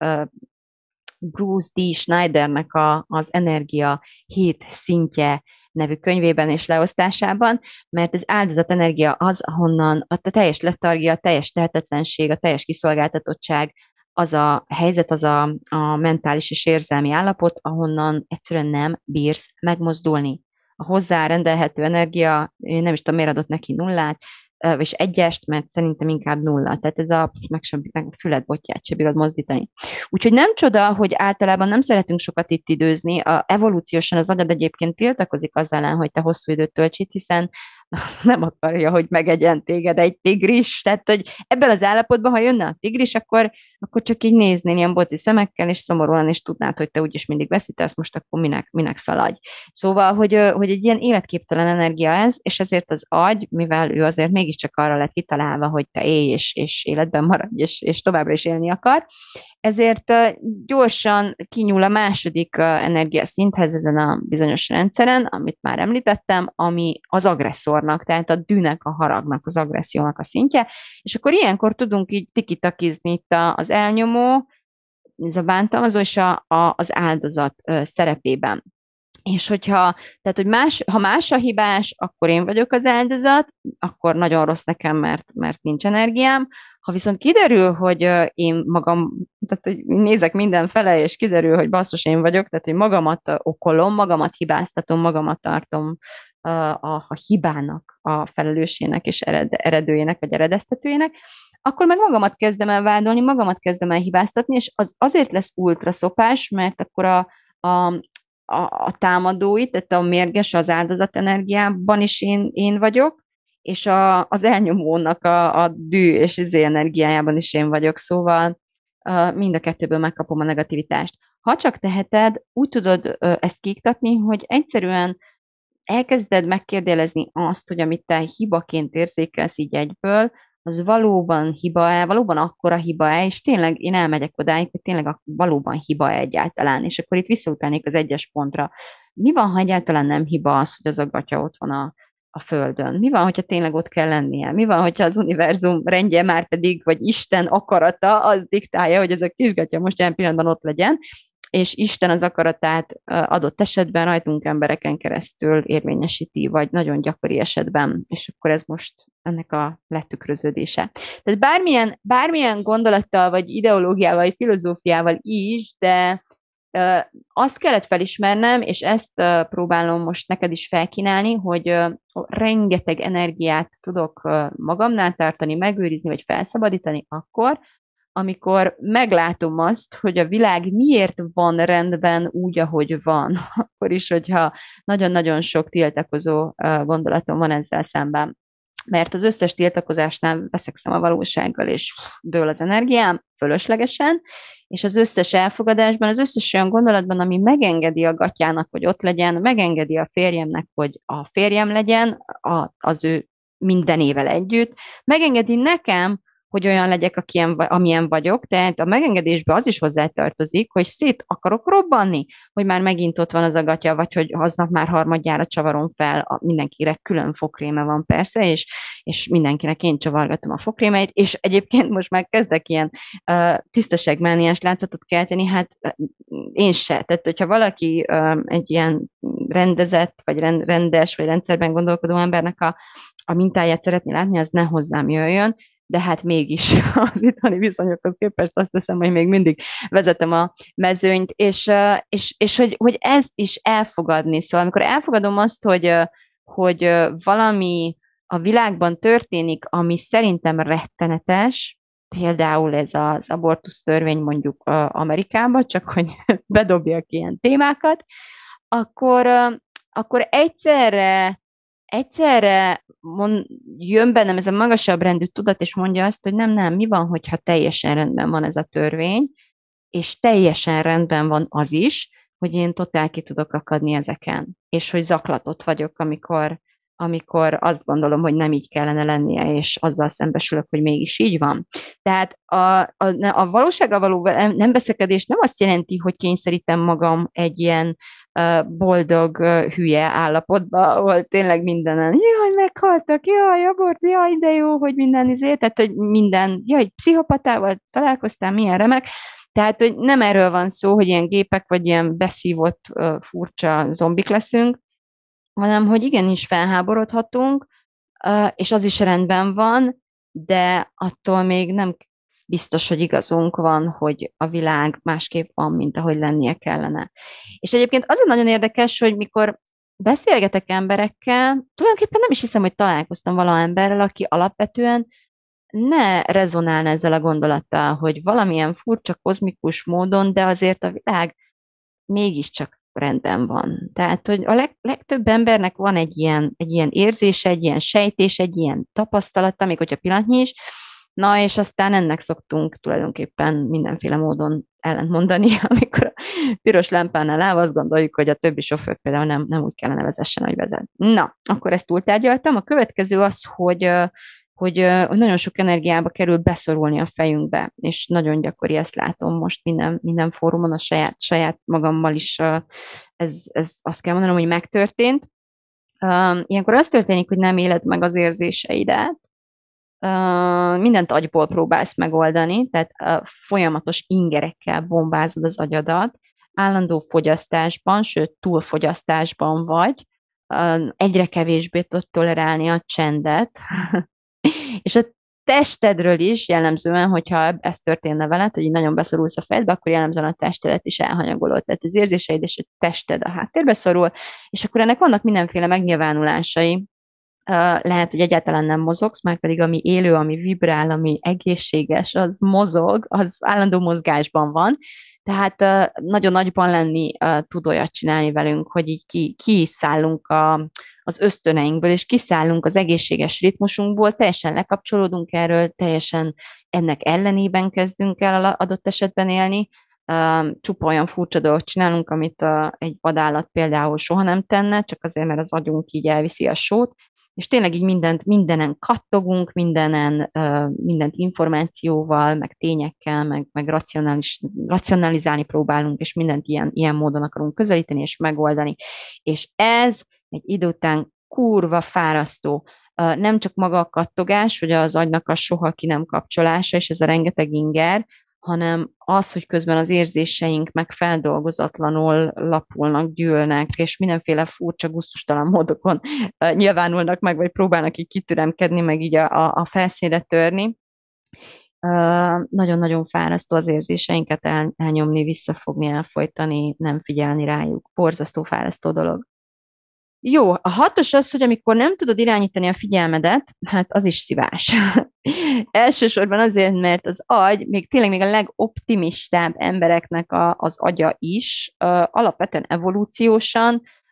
Bruce D. Schneidernek az Energia 7 szintje nevű könyvében és leosztásában, mert az áldozatenergia az, ahonnan a teljes letargia, a teljes tehetetlenség, a teljes kiszolgáltatottság, az a helyzet, az a mentális és érzelmi állapot, ahonnan egyszerűen nem bírsz megmozdulni. A hozzárendelhető energia, én nem is tudom, miért adott neki nullát, és egyest, mert szerintem inkább nulla. Tehát ez meg füled botját se bírod mozdítani. Úgyhogy nem csoda, hogy általában nem szeretünk sokat itt időzni. Evolúciósan az agyad egyébként tiltakozik az ellen, hogy te hosszú időt tölts itt, hiszen nem akarja, hogy megegyen téged egy tigris. Tehát, hogy ebben az állapotban, ha jönne a tigris, akkor csak így néznél ilyen boci szemekkel, és szomorúan is tudnád, hogy te úgyis mindig veszítesz, most akkor minek szaladj. Szóval, hogy egy ilyen életképtelen energia ez, és ezért az agy, mivel ő azért mégiscsak arra lett kitalálva, hogy te élj, és életben maradj, és továbbra is élni akar, ezért gyorsan kinyúl a második energiaszinthez ezen a bizonyos rendszeren, amit már említettem, ami az agresszornak, tehát a dűnek, a haragnak, az agressziónak a szintje, és akkor ilyenkor tudunk így tikitakizni itt az elnyomó, ez a bántalmazó és az áldozat szerepében. És tehát, hogy ha más a hibás, akkor én vagyok az áldozat, akkor nagyon rossz nekem, mert nincs energiám. Ha viszont kiderül, hogy én magam, tehát hogy nézek mindenfele, és kiderül, hogy basszus én vagyok, tehát hogy magamat okolom, magamat hibáztatom, magamat tartom a hibának, a felelősének és eredőjének, vagy eredeztetőjének, akkor meg magamat kezdem el vádolni, magamat kezdem el hibáztatni, és az azért lesz ultraszopás, mert akkor a támadói, tehát a mérges, az áldozatenergiában is én vagyok, és az elnyomónak a dű és energiájában is én vagyok, szóval mind a kettőből megkapom a negativitást. Ha csak teheted, úgy tudod ezt kiiktatni, hogy egyszerűen elkezded megkérdelezni azt, hogy amit te hibaként érzékelsz így egyből, az valóban hiba-e, valóban akkora hiba-e, és tényleg én elmegyek odáig, hogy tényleg valóban hiba-e egyáltalán, és akkor itt visszautalnék az 1-es pontra. Mi van, ha egyáltalán nem hiba az, hogy az a gatya ott van a Földön? Mi van, hogyha tényleg ott kell lennie? Mi van, hogyha az univerzum rendje már pedig, vagy Isten akarata az diktálja, hogy ez a kisgatya most ilyen pillanatban ott legyen, és Isten az akaratát adott esetben rajtunk embereken keresztül érvényesíti, vagy nagyon gyakori esetben, és akkor ez most ennek a letükröződése. Tehát bármilyen gondolattal, vagy ideológiával, vagy filozófiával is, de azt kellett felismernem, és ezt próbálom most neked is felkínálni, hogy rengeteg energiát tudok magamnál tartani, megőrizni, vagy felszabadítani akkor, amikor meglátom azt, hogy a világ miért van rendben úgy, ahogy van, akkor is, hogyha nagyon-nagyon sok tiltakozó gondolatom van ezzel szemben. mert az összes tiltakozásnál veszekszem a valósággal, és dől az energiám fölöslegesen, és az összes elfogadásban, az összes olyan gondolatban, ami megengedi a gatyának, hogy ott legyen, megengedi a férjemnek, hogy a férjem legyen, az ő mindenével együtt, megengedi nekem, hogy olyan legyek, amilyen vagyok, tehát a megengedésbe az is hozzátartozik, hogy szét akarok robbanni, hogy már megint ott van az a gatya, vagy hogy aznap már harmadjára csavarom fel, mindenkire külön fokréme van persze, és mindenkinek én csavargatom a fokrémeit, és egyébként most már kezdek ilyen tisztaságmániás látszatot kelteni, hát én se. Tehát, hogyha valaki egy ilyen rendezett, vagy rendes, vagy rendszerben gondolkodó embernek a mintáját szeretné látni, az ne hozzám jöjjön, de hát mégis az itthoni viszonyokhoz képest azt hiszem, hogy még mindig vezetem a mezőnyt, és hogy ezt is elfogadni. Szóval amikor elfogadom azt, hogy valami a világban történik, ami szerintem rettenetes, például ez az abortusz törvény mondjuk Amerikában, csak hogy bedobjak ilyen témákat, akkor, akkor egyszerre jön bennem ez a magasabb rendű tudat, és mondja azt, hogy nem, mi van, hogyha teljesen rendben van ez a törvény, és teljesen rendben van az is, hogy én totál ki tudok akadni ezeken, és hogy zaklatott vagyok, amikor azt gondolom, hogy nem így kellene lennie, és azzal szembesülök, hogy mégis így van. Tehát a valósággal való nem veszekedés nem azt jelenti, hogy kényszerítem magam egy ilyen boldog, hülye állapotba, ahol tényleg mindenen, jaj, meghaltak, jaj, abort, jaj, de jó, hogy minden tehát, hogy minden, jaj, pszichopatával találkoztál, milyen remek. Tehát, hogy nem erről van szó, hogy ilyen gépek, vagy ilyen beszívott, furcsa zombik leszünk, hanem hogy igenis felháborodhatunk, és az is rendben van, de attól még nem biztos, hogy igazunk van, hogy a világ másképp van, mint ahogy lennie kellene. És egyébként az nagyon érdekes, hogy mikor beszélgetek emberekkel, tulajdonképpen nem is hiszem, hogy találkoztam vala emberrel, aki alapvetően ne rezonálna ezzel a gondolattal, hogy valamilyen furcsa, kozmikus módon, de azért a világ mégiscsak rendben van. Tehát, hogy a legtöbb embernek van egy ilyen érzése, egy ilyen sejtés, egy ilyen tapasztalata, még hogyha pillanatnyi is, na, és aztán ennek szoktunk tulajdonképpen mindenféle módon ellentmondani, amikor a piros lámpánál áll, azt gondoljuk, hogy a többi sofőr például nem úgy kellene vezessen, hogy vezet. Na, akkor ezt túltárgyaltam. A következő az, hogy nagyon sok energiába kerül beszorulni a fejünkbe, és nagyon gyakori, ezt látom most minden fórumon, a saját magammal is, ez azt kell mondanom, hogy megtörtént. Ilyenkor az történik, hogy nem éled meg az érzéseidet, mindent agyból próbálsz megoldani, tehát folyamatos ingerekkel bombázod az agyadat, állandó fogyasztásban, sőt túlfogyasztásban vagy, egyre kevésbé tudod tolerálni a csendet, és a testedről is jellemzően, hogyha ez történne veled, hogy így nagyon beszorulsz a fejedbe, akkor jellemzően a testedet is elhanyagolod. Tehát az érzéseid és a tested a háttérbe szorul, és akkor ennek vannak mindenféle megnyilvánulásai. Lehet, hogy egyáltalán nem mozogsz, már pedig ami élő, ami vibrál, ami egészséges, az mozog, az állandó mozgásban van. Tehát nagyon nagyban lenni tud olyat csinálni velünk, hogy így kiszállunk az ösztöneinkből, és kiszállunk az egészséges ritmusunkból, teljesen lekapcsolódunk erről, teljesen ennek ellenében kezdünk el adott esetben élni, csupa olyan furcsa dolgot csinálunk, amit egy vadállat például soha nem tenne, csak azért, mert az agyunk így elviszi a sót, és tényleg így mindenen kattogunk, mindent információval, meg tényekkel, meg racionalizálni próbálunk, és mindent ilyen módon akarunk közelíteni és megoldani. És ez egy idő után kurva fárasztó. Nem csak maga a kattogás, hogy az agynak a soha ki nem kapcsolása, és ez a rengeteg inger, hanem az, hogy közben az érzéseink meg feldolgozatlanul lapulnak, gyűlnek, és mindenféle furcsa, gusztustalan módokon nyilvánulnak meg, vagy próbálnak így kitüremkedni, meg így a felszínre törni. Nagyon-nagyon fárasztó az érzéseinket elnyomni, visszafogni, elfolytani, nem figyelni rájuk. Borzasztó fárasztó dolog. Jó, a hatos az, hogy amikor nem tudod irányítani a figyelmedet, hát az is szívás. Elsősorban azért, mert az agy, még a legoptimistább embereknek az agya is alapvetően evolúciósan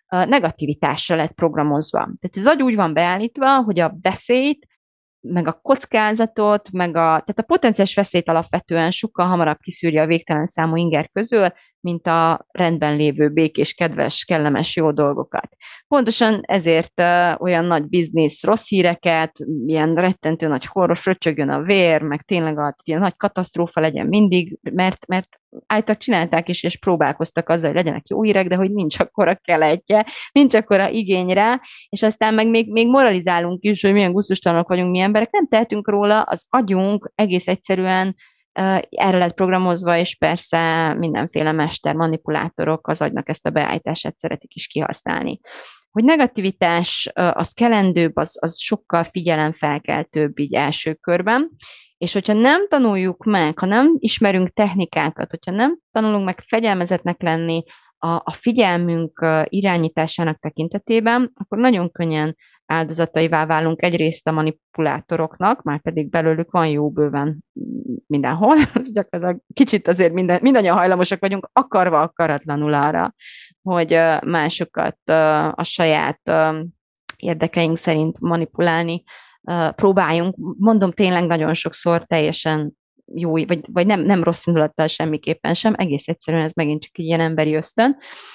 negativitásra lett programozva. Tehát az agy úgy van beállítva, hogy a veszélyt, meg a kockázatot, tehát a potenciális veszélyt alapvetően sokkal hamarabb kiszűrje a végtelen számú inger közül, mint a rendben lévő békés, kedves, kellemes, jó dolgokat. Pontosan ezért olyan nagy biznisz rossz híreket, ilyen rettentő nagy horror, fröccsögjön a vér, meg tényleg ilyen nagy katasztrófa legyen mindig, mert általában csinálták is, és próbálkoztak azzal, hogy legyenek jó hírek, de hogy nincs akkora keletje, nincs akkora igény rá, és aztán meg még moralizálunk is, hogy milyen gusztustalanok vagyunk mi emberek, nem tehetünk róla, az agyunk egész egyszerűen erre lett programozva, és persze mindenféle mester manipulátorok az agynak ezt a beállítását szeretik is kihasználni. Hogy negativitás az kelendőbb, az sokkal figyelemfelkeltőbb így első körben, és hogyha nem tanuljuk meg, ha nem ismerünk technikákat, hogyha nem tanulunk meg fegyelmezetnek lenni a figyelmünk irányításának tekintetében, akkor nagyon könnyen áldozataivá válunk egyrészt a manipulátoroknak, már pedig belőlük van jó bőven mindenhol, gyakorlatilag kicsit azért mindannyian hajlamosak vagyunk, akarva akaratlanul arra, hogy másokat a saját érdekeink szerint manipulálni próbáljunk. Mondom, tényleg nagyon sokszor teljesen jó, vagy nem rossz indulattal semmiképpen sem, egész egyszerűen ez megint csak egy ilyen emberi ösztön.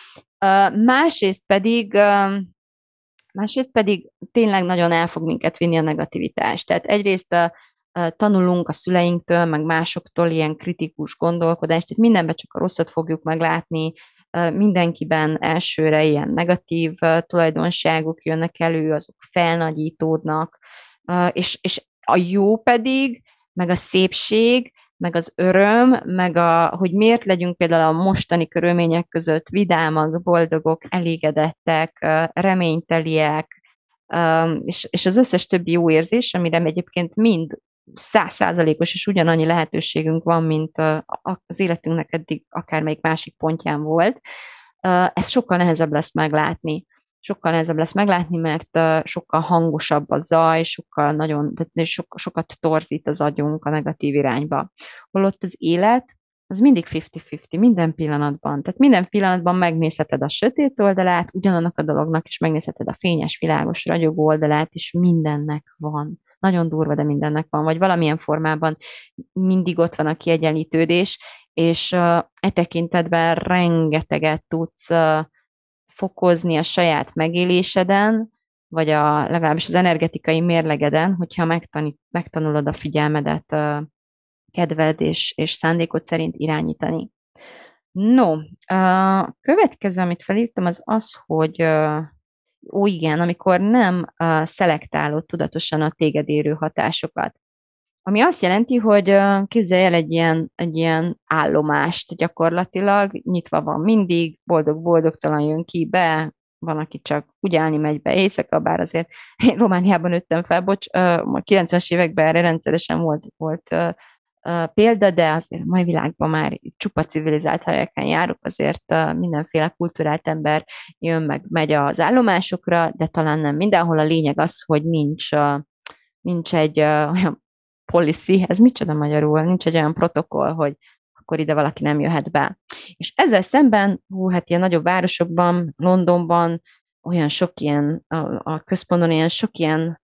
Másrészt pedig tényleg nagyon el fog minket vinni a negativitás. Tehát egyrészt tanulunk a szüleinktől, meg másoktól ilyen kritikus gondolkodást, tehát mindenben csak a rosszat fogjuk meglátni, mindenkiben elsőre ilyen negatív tulajdonságok jönnek elő, azok felnagyítódnak, és a jó pedig, meg a szépség, meg az öröm, hogy miért legyünk például a mostani körülmények között vidámak, boldogok, elégedettek, reményteliek, és az összes többi jó érzés, amire egyébként mind 100%-os és ugyanannyi lehetőségünk van, mint az életünknek eddig akármelyik másik pontján volt, ez sokkal nehezebb lesz meglátni. Sokkal nehezebb lesz meglátni, mert sokkal hangosabb a zaj, sokat torzít az agyunk a negatív irányba. Holott az élet, az mindig 50-50, minden pillanatban. Tehát minden pillanatban megnézheted a sötét oldalát, ugyanannak a dolognak, és megnézheted a fényes, világos, ragyogó oldalát, és mindennek van. Nagyon durva, de mindennek van, vagy valamilyen formában mindig ott van a kiegyenlítődés, és e tekintetben rengeteget tudsz fokozni a saját megéléseden, vagy legalábbis az energetikai mérlegeden, hogyha megtanulod a figyelmedet, kedved és szándékod szerint irányítani. No, a következő, amit felírtam, az, hogy igen, amikor nem szelektálod tudatosan a téged érő hatásokat. Ami azt jelenti, hogy képzelj el egy ilyen állomást gyakorlatilag, nyitva van mindig, boldog-boldogtalan jön ki be, van, aki csak úgy állni megy be éjszaka, bár azért én Romániában nőttem fel, a 90-es években erre rendszeresen volt példa, de azért a mai világban már csupa civilizált helyeken járok, azért mindenféle kulturált ember jön meg, megy az állomásokra, de talán nem mindenhol. A lényeg az, hogy nincs egy olyan policy, ez micsoda magyarul, nincs egy olyan protokoll, hogy akkor ide valaki nem jöhet be. És ezzel szemben, hát ilyen nagyobb városokban, Londonban, olyan sok ilyen, a központon ilyen sok ilyen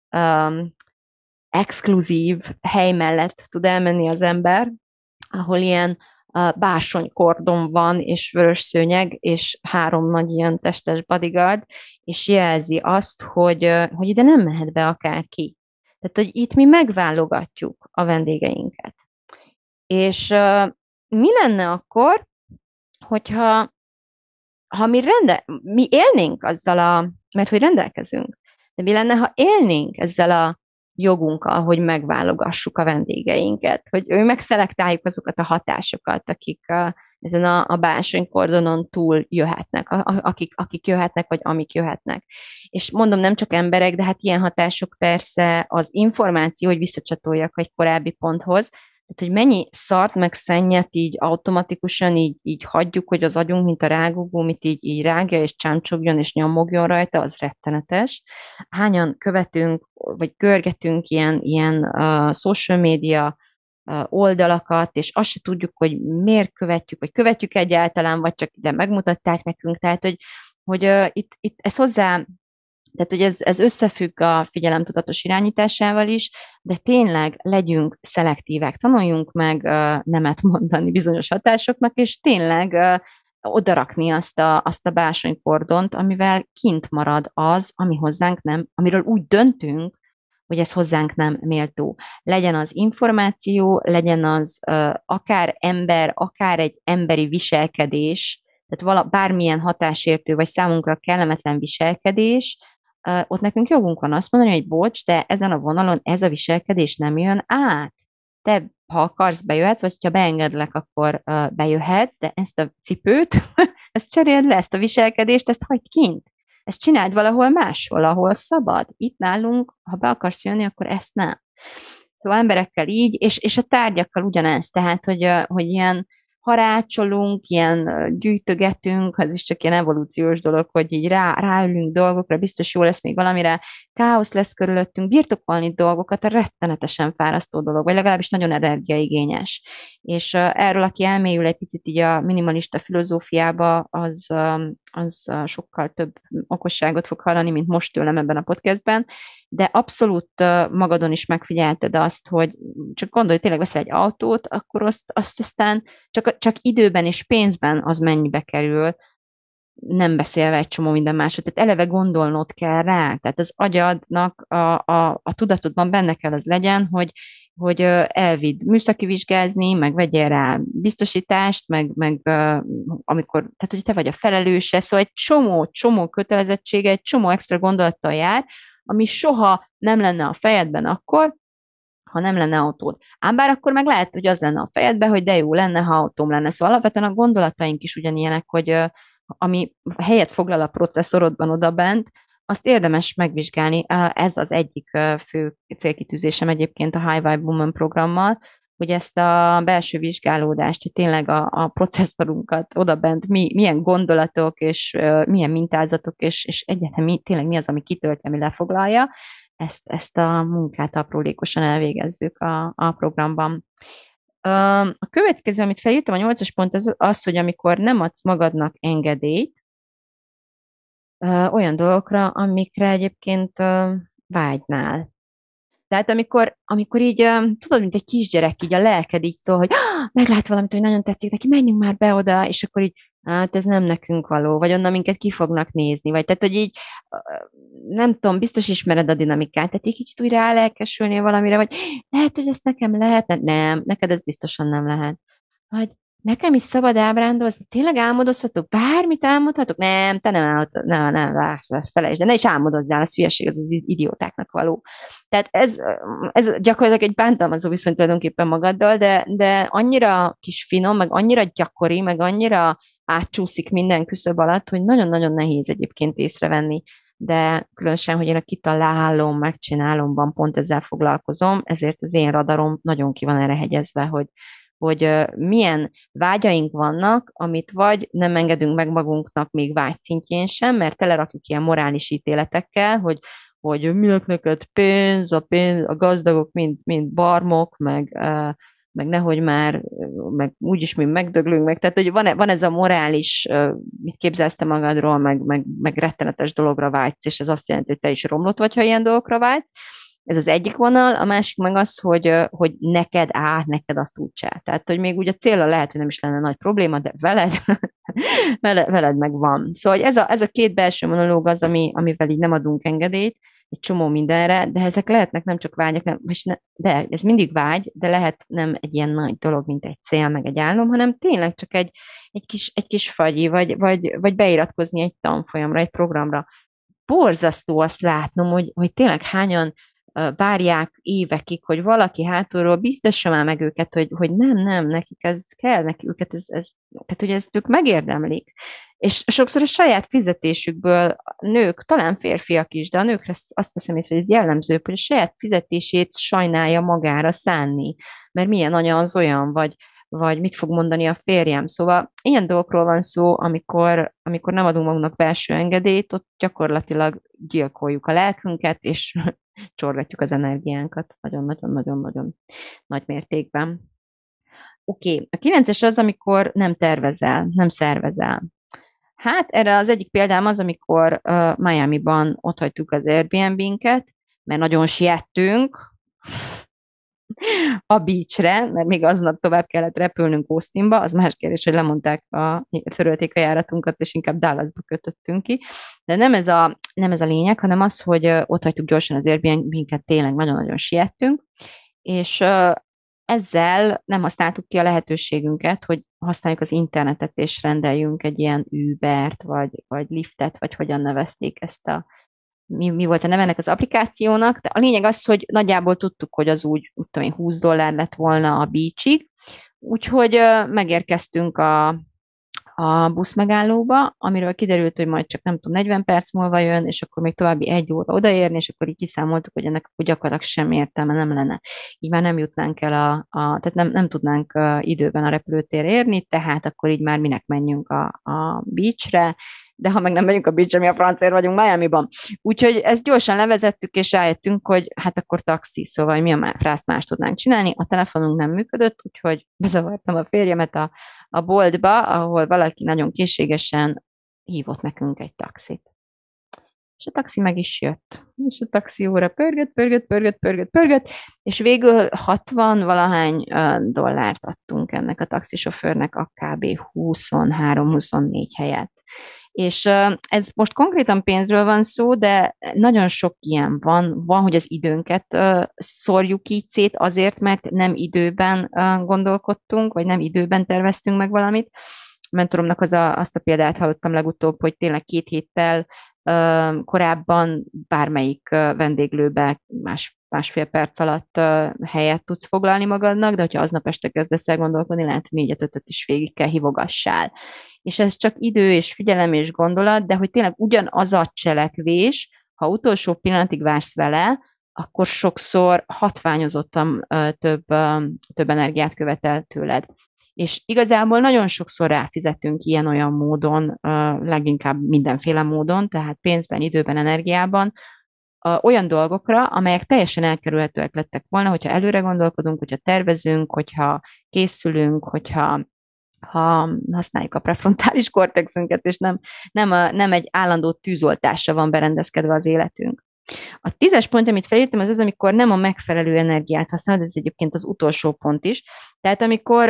exkluzív hely mellett tud elmenni az ember, ahol ilyen bársonykordon van, és vörös szőnyeg, és 3 nagy ilyen testes bodyguard, és jelzi azt, hogy ide nem mehet be akárki. Tehát, hogy itt mi megválogatjuk a vendégeinket. És mi lenne akkor, hogyha mi élnénk azzal mert hogy rendelkezünk, de mi lenne, ha élnénk ezzel a jogunkkal, hogy megválogassuk a vendégeinket, hogy megszelektáljuk azokat a hatásokat, akik ezen a bársonykordonon túl jöhetnek, akik jöhetnek, vagy amik jöhetnek. És mondom, nem csak emberek, de hát ilyen hatások persze az információ, hogy visszacsatoljak egy korábbi ponthoz, tehát, hogy mennyi szart meg szennyet így automatikusan így hagyjuk, hogy az agyunk, mint a rágógumit így rágja, és csámcsogjon, és nyomogjon rajta, az rettenetes. Hányan követünk, vagy görgetünk ilyen social media oldalakat, és azt se tudjuk, hogy miért követjük, vagy követjük egyáltalán, vagy csak ide megmutatták nekünk. Tehát, hogy itt ez hozzá, tehát hogy ez összefügg a figyelemtudatos irányításával is, de tényleg legyünk szelektívek, tanuljunk meg nemet mondani bizonyos hatásoknak, és tényleg odarakni azt a bársonykordont, amivel kint marad az, ami hozzánk nem, amiről úgy döntünk, hogy ez hozzánk nem méltó. Legyen az információ, legyen az akár ember, akár egy emberi viselkedés, tehát bármilyen hatásértő, vagy számunkra kellemetlen viselkedés, ott nekünk jogunk van azt mondani, hogy bocs, de ezen a vonalon ez a viselkedés nem jön át. Te, ha akarsz, bejöhetsz, vagy ha beengedlek, akkor bejöhetsz, de ezt a cipőt, ezt cseréld le, ezt a viselkedést, ezt hagyd kint. Ezt csináld valahol máshol, ahol szabad. Itt nálunk, ha be akarsz jönni, akkor ezt nem. Szóval emberekkel így, és a tárgyakkal ugyanez, tehát, hogy ilyen harácsolunk, ilyen gyűjtögetünk, az is csak ilyen evolúciós dolog, hogy így ráülünk dolgokra, biztos jó lesz még valamire, káosz lesz körülöttünk, birtokolni dolgokat, a rettenetesen fárasztó dolog, vagy legalábbis nagyon energiaigényes. És erről, aki elmélyül egy picit így a minimalista filozófiába, az sokkal több okosságot fog hallani, mint most tőlem ebben a podcastben, de abszolút magadon is megfigyelted azt, hogy csak gondolj, tényleg veszel egy autót, akkor azt aztán csak időben és pénzben az mennyibe kerül, nem beszélve egy csomó minden másod. Tehát eleve gondolnod kell rá. Tehát az agyadnak a tudatodban benne kell az legyen, hogy elvidd műszaki vizsgázni, meg vegyél rá biztosítást, meg amikor, tehát hogy te vagy a felelőse, szóval egy csomó kötelezettsége, egy csomó extra gondolattal jár, ami soha nem lenne a fejedben akkor, ha nem lenne autód. Ám bár akkor meg lehet, hogy az lenne a fejedben, hogy de jó lenne, ha autóm lenne. Szóval alapvetően a gondolataink is ugyanilyenek, hogy ami helyet foglal a processzorodban odabent, azt érdemes megvizsgálni. Ez az egyik fő célkitűzésem egyébként a High Vibe Woman programmal, hogy ezt a belső vizsgálódást, hogy tényleg a processzorunkat odabent milyen gondolatok és milyen mintázatok, és egyáltalán tényleg mi az, ami kitölti, ami lefoglalja, ezt a munkát aprólékosan elvégezzük a programban. A következő, amit felírtam, a 8-as pont az, hogy amikor nem adsz magadnak engedélyt olyan dolgokra, amikre egyébként vágynál. Tehát amikor így, tudod, mint egy kisgyerek, így a lelked így szól, hogy meglát valamit, hogy nagyon tetszik neki, menjünk már be oda, és akkor így, hát ez nem nekünk való, vagy onnan minket ki fognak nézni, vagy tehát, hogy így, nem tudom, biztos ismered a dinamikát, tehát így kicsit úgy rálelkesülnél valamire, vagy lehet, hogy ezt nekem lehetne, nem, neked ez biztosan nem lehet. Vagy nekem is szabad ábrándozni, tényleg álmodozhatok, bármit álmodhatok? Nem, te nem álmodhatod, nem, felejtsd, de ne is álmodozzál, az hülyeség, az idiótáknak való. Tehát ez gyakorlatilag egy bántalmazó viszony tulajdonképpen magaddal, de annyira kis finom, meg annyira gyakori, meg annyira átcsúszik minden küszöb alatt, hogy nagyon-nagyon nehéz egyébként észrevenni. De különösen, hogy én a kitalálom, megcsinálomban pont ezzel foglalkozom, ezért az én radarom nagyon ki van erre hegyezve, hogy milyen vágyaink vannak, amit vagy nem engedünk meg magunknak még vágy szintjén sem, mert telerakjuk ilyen morális ítéletekkel, hogy minek neked pénz, a gazdagok mind barmok, meg nehogy már, meg úgyis mi megdöglünk meg. Tehát, hogy van ez a morális, mit képzelsz te magadról, meg rettenetes dologra vágysz, és ez azt jelenti, hogy te is romlott vagy, ha ilyen dolgokra vágysz. Ez az egyik vonal, a másik meg az, hogy neked azt úgyse. Tehát, hogy még úgy a célra lehet, hogy nem is lenne nagy probléma, de veled, veled meg van. Szóval ez a két belső monológ az, amivel így nem adunk engedélyt, egy csomó mindenre, de ezek lehetnek nem csak vágyak, de ez mindig vágy, de lehet nem egy ilyen nagy dolog, mint egy cél, meg egy álom, hanem tényleg csak egy kis fagyi, vagy beiratkozni egy tanfolyamra, egy programra. Borzasztó azt látnom, hogy tényleg hányan várják évekig, hogy valaki hátulról biztassa már meg őket, hogy nem, nekik ez kell, nekik őket tehát hogy ezt ők megérdemlik. És sokszor a saját fizetésükből nők, talán férfiak is, de a nőkre azt veszem észre, hogy ez jellemző, hogy a saját fizetését sajnálja magára szánni, mert milyen anya az olyan, vagy mit fog mondani a férjem. Szóval ilyen dolgokról van szó, amikor nem adunk magunknak belső engedélyt, ott gyakorlatilag gyilkoljuk a lelkünket, és csorgatjuk az energiánkat nagyon-nagyon-nagyon-nagyon nagy mértékben. Oké, a 9-es az, amikor nem tervezel, nem szervezel. Hát erre az egyik példám az, amikor Miami-ban otthagytuk az Airbnb-nket, mert nagyon siettünk a beachre, mert még aznap tovább kellett repülnünk Austinba, az más kérdés, hogy törölték a járatunkat, és inkább Dallasba kötöttünk ki. De nem ez a lényeg, hanem az, hogy ott hagytuk gyorsan az Airbnb-nket, tényleg nagyon-nagyon siettünk, és ezzel nem használtuk ki a lehetőségünket, hogy használjuk az internetet, és rendeljünk egy ilyen Ubert, vagy Lyftet, vagy hogyan nevezték ezt mi volt a neve ennek az applikációnak, de a lényeg az, hogy nagyjából tudtuk, hogy az úgy tudom én, $20 lett volna a beachig, úgyhogy megérkeztünk a buszmegállóba, amiről kiderült, hogy majd csak nem tudom, 40 perc múlva jön, és akkor még további 1 óra odaérni, és akkor így kiszámoltuk, hogy ennek gyakorlatilag semmi értelme nem lenne. Így már nem jutnánk el tehát nem tudnánk időben a repülőtérre érni, tehát akkor így már minek menjünk a beachre, de ha meg nem megyünk a beachre, mi a francért vagyunk Miami-ban. Úgyhogy ezt gyorsan levezettük, és rájöttünk, hogy hát akkor taxi, szóval mi a frászt más tudnánk csinálni. A telefonunk nem működött, úgyhogy bezavartam a férjemet a boltba, ahol valaki nagyon készségesen hívott nekünk egy taxit. És a taxi meg is jött. És a taxi óra pörgött, és végül 60 valahány dollárt adtunk ennek a taxisofőrnek a kb. 23-24 helyett. És ez most konkrétan pénzről van szó, de nagyon sok ilyen van. Van, hogy az időnket szórjuk így szét azért, mert nem időben gondolkodtunk, vagy nem időben terveztünk meg valamit. A mentoromnak azt a példát hallottam legutóbb, hogy tényleg 2 héttel korábban bármelyik vendéglőbe másfél perc alatt helyet tudsz foglalni magadnak, de hogyha aznap este kezdesz el gondolkodni, lehet, hogy 4-5 is végig kell hívogassál. És ez csak idő és figyelem és gondolat, de hogy tényleg ugyanaz a cselekvés, ha utolsó pillanatig vársz vele, akkor sokszor hatványozottan több energiát követel tőled. És igazából nagyon sokszor ráfizetünk ilyen-olyan módon, leginkább mindenféle módon, tehát pénzben, időben, energiában, olyan dolgokra, amelyek teljesen elkerülhetőek lettek volna, hogyha előre gondolkodunk, hogyha tervezünk, hogyha készülünk, hogyha használjuk a prefrontális kortexünket, és nem egy állandó tűzoltásra van berendezkedve az életünk. A 10-es pont, amit felírtam, az az, amikor nem a megfelelő energiát használod, ez egyébként az utolsó pont is. Tehát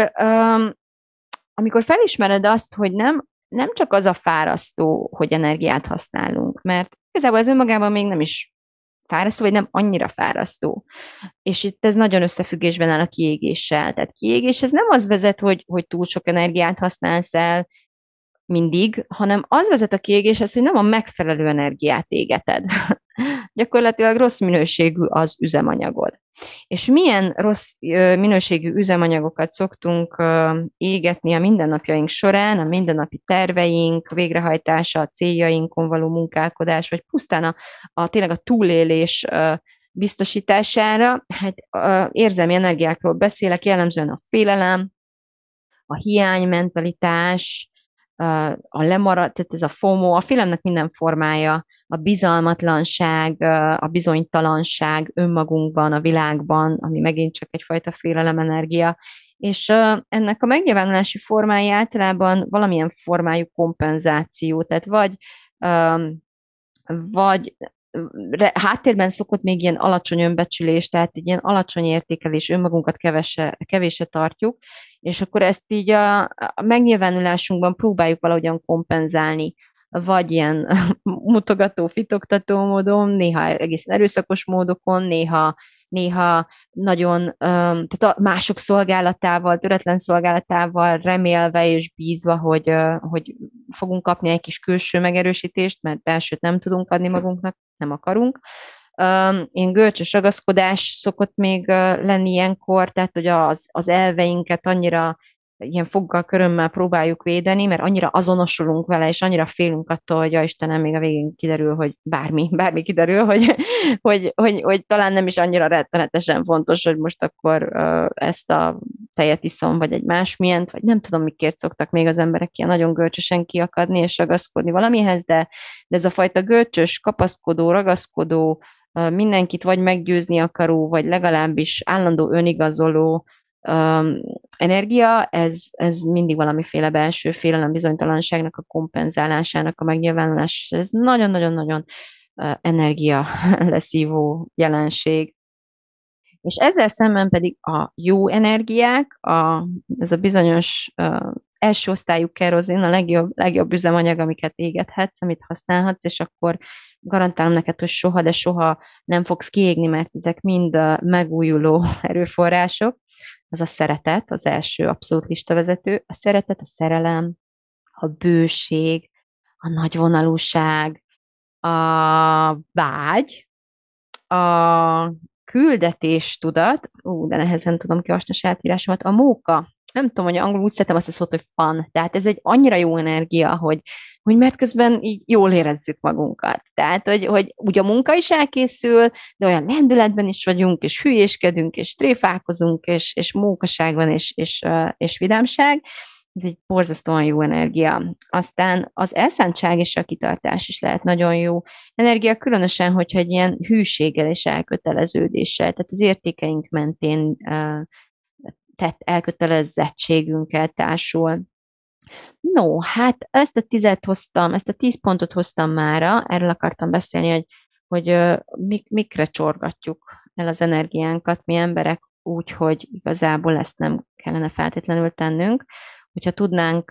amikor felismered azt, hogy nem csak az a fárasztó, hogy energiát használunk, mert igazából ez önmagában még nem is fárasztó, vagy nem annyira fárasztó. És itt ez nagyon összefüggésben áll a kiégéssel. Tehát kiégés, ez nem az vezet, hogy túl sok energiát használsz el mindig, hanem az vezet a kiégéshez, hogy nem a megfelelő energiát égeted. Gyakorlatilag rossz minőségű az üzemanyagod. És milyen rossz minőségű üzemanyagokat szoktunk égetni a mindennapjaink során, a mindennapi terveink, végrehajtása, a céljainkon való munkálkodás, vagy pusztán tényleg a túlélés biztosítására. Hát érzelmi energiákról beszélek, jellemzően a félelem, a hiánymentalitás, tehát ez a FOMO, a félelemnek minden formája, a bizalmatlanság, a bizonytalanság önmagunkban, a világban, ami megint csak egyfajta félelemenergia, és ennek a megnyilvánulási formái általában valamilyen formájú kompenzáció, tehát vagy háttérben szokott még ilyen alacsony önbecsülés, tehát egy ilyen alacsony értékelés, önmagunkat kevésre tartjuk, és akkor ezt így a megnyilvánulásunkban próbáljuk valahogyan kompenzálni, vagy ilyen mutogató, fitoktató módon, néha egészen erőszakos módokon, néha nagyon, tehát a mások szolgálatával, töretlen szolgálatával remélve és bízva, hogy fogunk kapni egy kis külső megerősítést, mert belsőt nem tudunk adni magunknak, nem akarunk. Ilyen görcsös ragaszkodás szokott még lenni ilyenkor, tehát hogy az elveinket annyira ilyen foggal, körömmel próbáljuk védeni, mert annyira azonosulunk vele, és annyira félünk attól, hogy ja Istenem, még a végén kiderül, hogy bármi kiderül, hogy talán nem is annyira rettenetesen fontos, hogy most akkor ezt a tejet iszom, vagy egy másmilyent, vagy nem tudom, mikért szoktak még az emberek ilyen nagyon görcsösen kiakadni és ragaszkodni valamihez, de ez a fajta görcsös, kapaszkodó, ragaszkodó, mindenkit vagy meggyőzni akaró, vagy legalábbis állandó önigazoló energia, ez mindig valamiféle belső félelem, bizonytalanságnak a kompenzálásának a megnyilvánulása. Ez nagyon-nagyon-nagyon energia leszívó jelenség. És ezzel szemben pedig a jó energiák, ez a bizonyos első osztályú kerozin, a legjobb üzemanyag, amiket égethetsz, amit használhatsz, és akkor garantálom neked, hogy soha, de soha nem fogsz kiégni, mert ezek mind megújuló erőforrások. Az a szeretet, az első abszolút listavezető. A szeretet, a szerelem, a bőség, a nagyvonalúság, a vágy, a küldetéstudat, de nehezen tudom kiolvasni a saját írásomat, a móka, nem tudom, hogy angolul úgy szeretem azt a szót, hogy fun. Tehát ez egy annyira jó energia, hogy mert közben így jól érezzük magunkat. Tehát, hogy ugye a munka is elkészül, de olyan lendületben is vagyunk, és hülyéskedünk, és tréfálkozunk, és mókaság van, és vidámság. Ez egy borzasztóan jó energia. Aztán az elszántság és a kitartás is lehet nagyon jó energia, különösen, hogyha egy ilyen hűséggel és elköteleződéssel, tehát az értékeink mentén tett elkötelezettségünkkel társul. No, hát ezt a 10 pontot hoztam mára, erről akartam beszélni, hogy mikre csorgatjuk el az energiánkat mi emberek úgy, hogy igazából ezt nem kellene feltétlenül tennünk. Hogyha tudnánk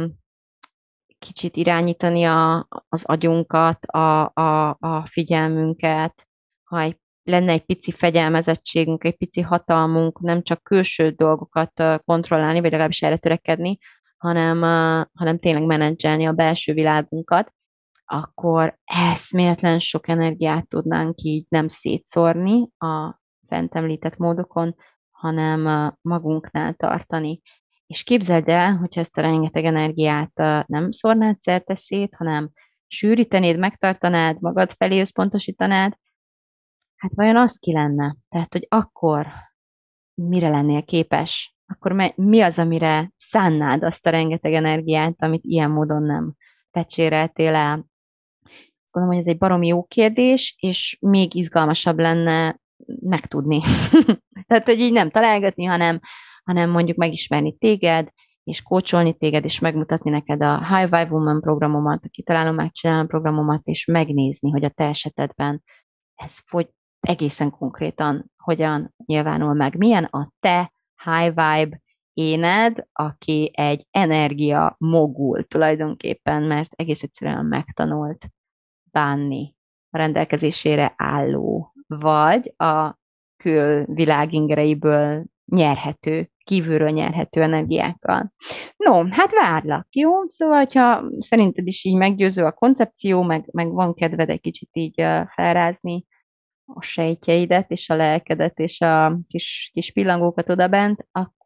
kicsit irányítani az agyunkat, a figyelmünket, ha lenne egy pici fegyelmezettségünk, egy pici hatalmunk, nem csak külső dolgokat kontrollálni, vagy legalábbis erre törekedni, hanem tényleg menedzselni a belső világunkat, akkor eszméletlen sok energiát tudnánk így nem szétszórni a fent említett módokon, hanem magunknál tartani. És képzeld el, hogyha ezt a rengeteg energiát nem szórnád szerte szét, hanem sűrítenéd, megtartanád, magad felé összpontosítanád, hát vajon az ki lenne? Tehát, hogy akkor mire lennél képes? Akkor mi az, amire szánnád azt a rengeteg energiát, amit ilyen módon nem pecséreltél el? Azt gondolom, hogy ez egy baromi jó kérdés, és még izgalmasabb lenne megtudni. Tehát, hogy így nem találgatni, hanem mondjuk megismerni téged, és kócsolni téged, és megmutatni neked a High Vibe Woman programomat, a Kitalálom, Megcsinálom programomat, és megnézni, hogy a te esetedben ez egészen konkrétan hogyan nyilvánul meg. Milyen a te High Vibe éned, aki egy energia mogul tulajdonképpen, mert egész egyszerűen megtanult bánni a rendelkezésére álló, vagy a külvilág ingereiből nyerhető, kívülről nyerhető energiákkal. No, hát várlak, jó? Szóval, hogyha szerinted is így meggyőző a koncepció, meg van kedved egy kicsit így felrázni a sejtjeidet, és a lelkedet, és a kis pillangókat odabent,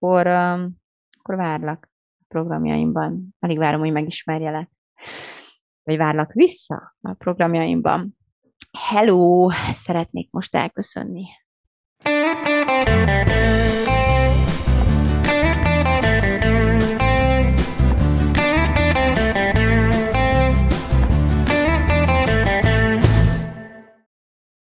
akkor várlak a programjaimban. Alig várom, hogy megismerjelek. Vagy várlak vissza a programjaimban. Hello! Szeretnék most elköszönni.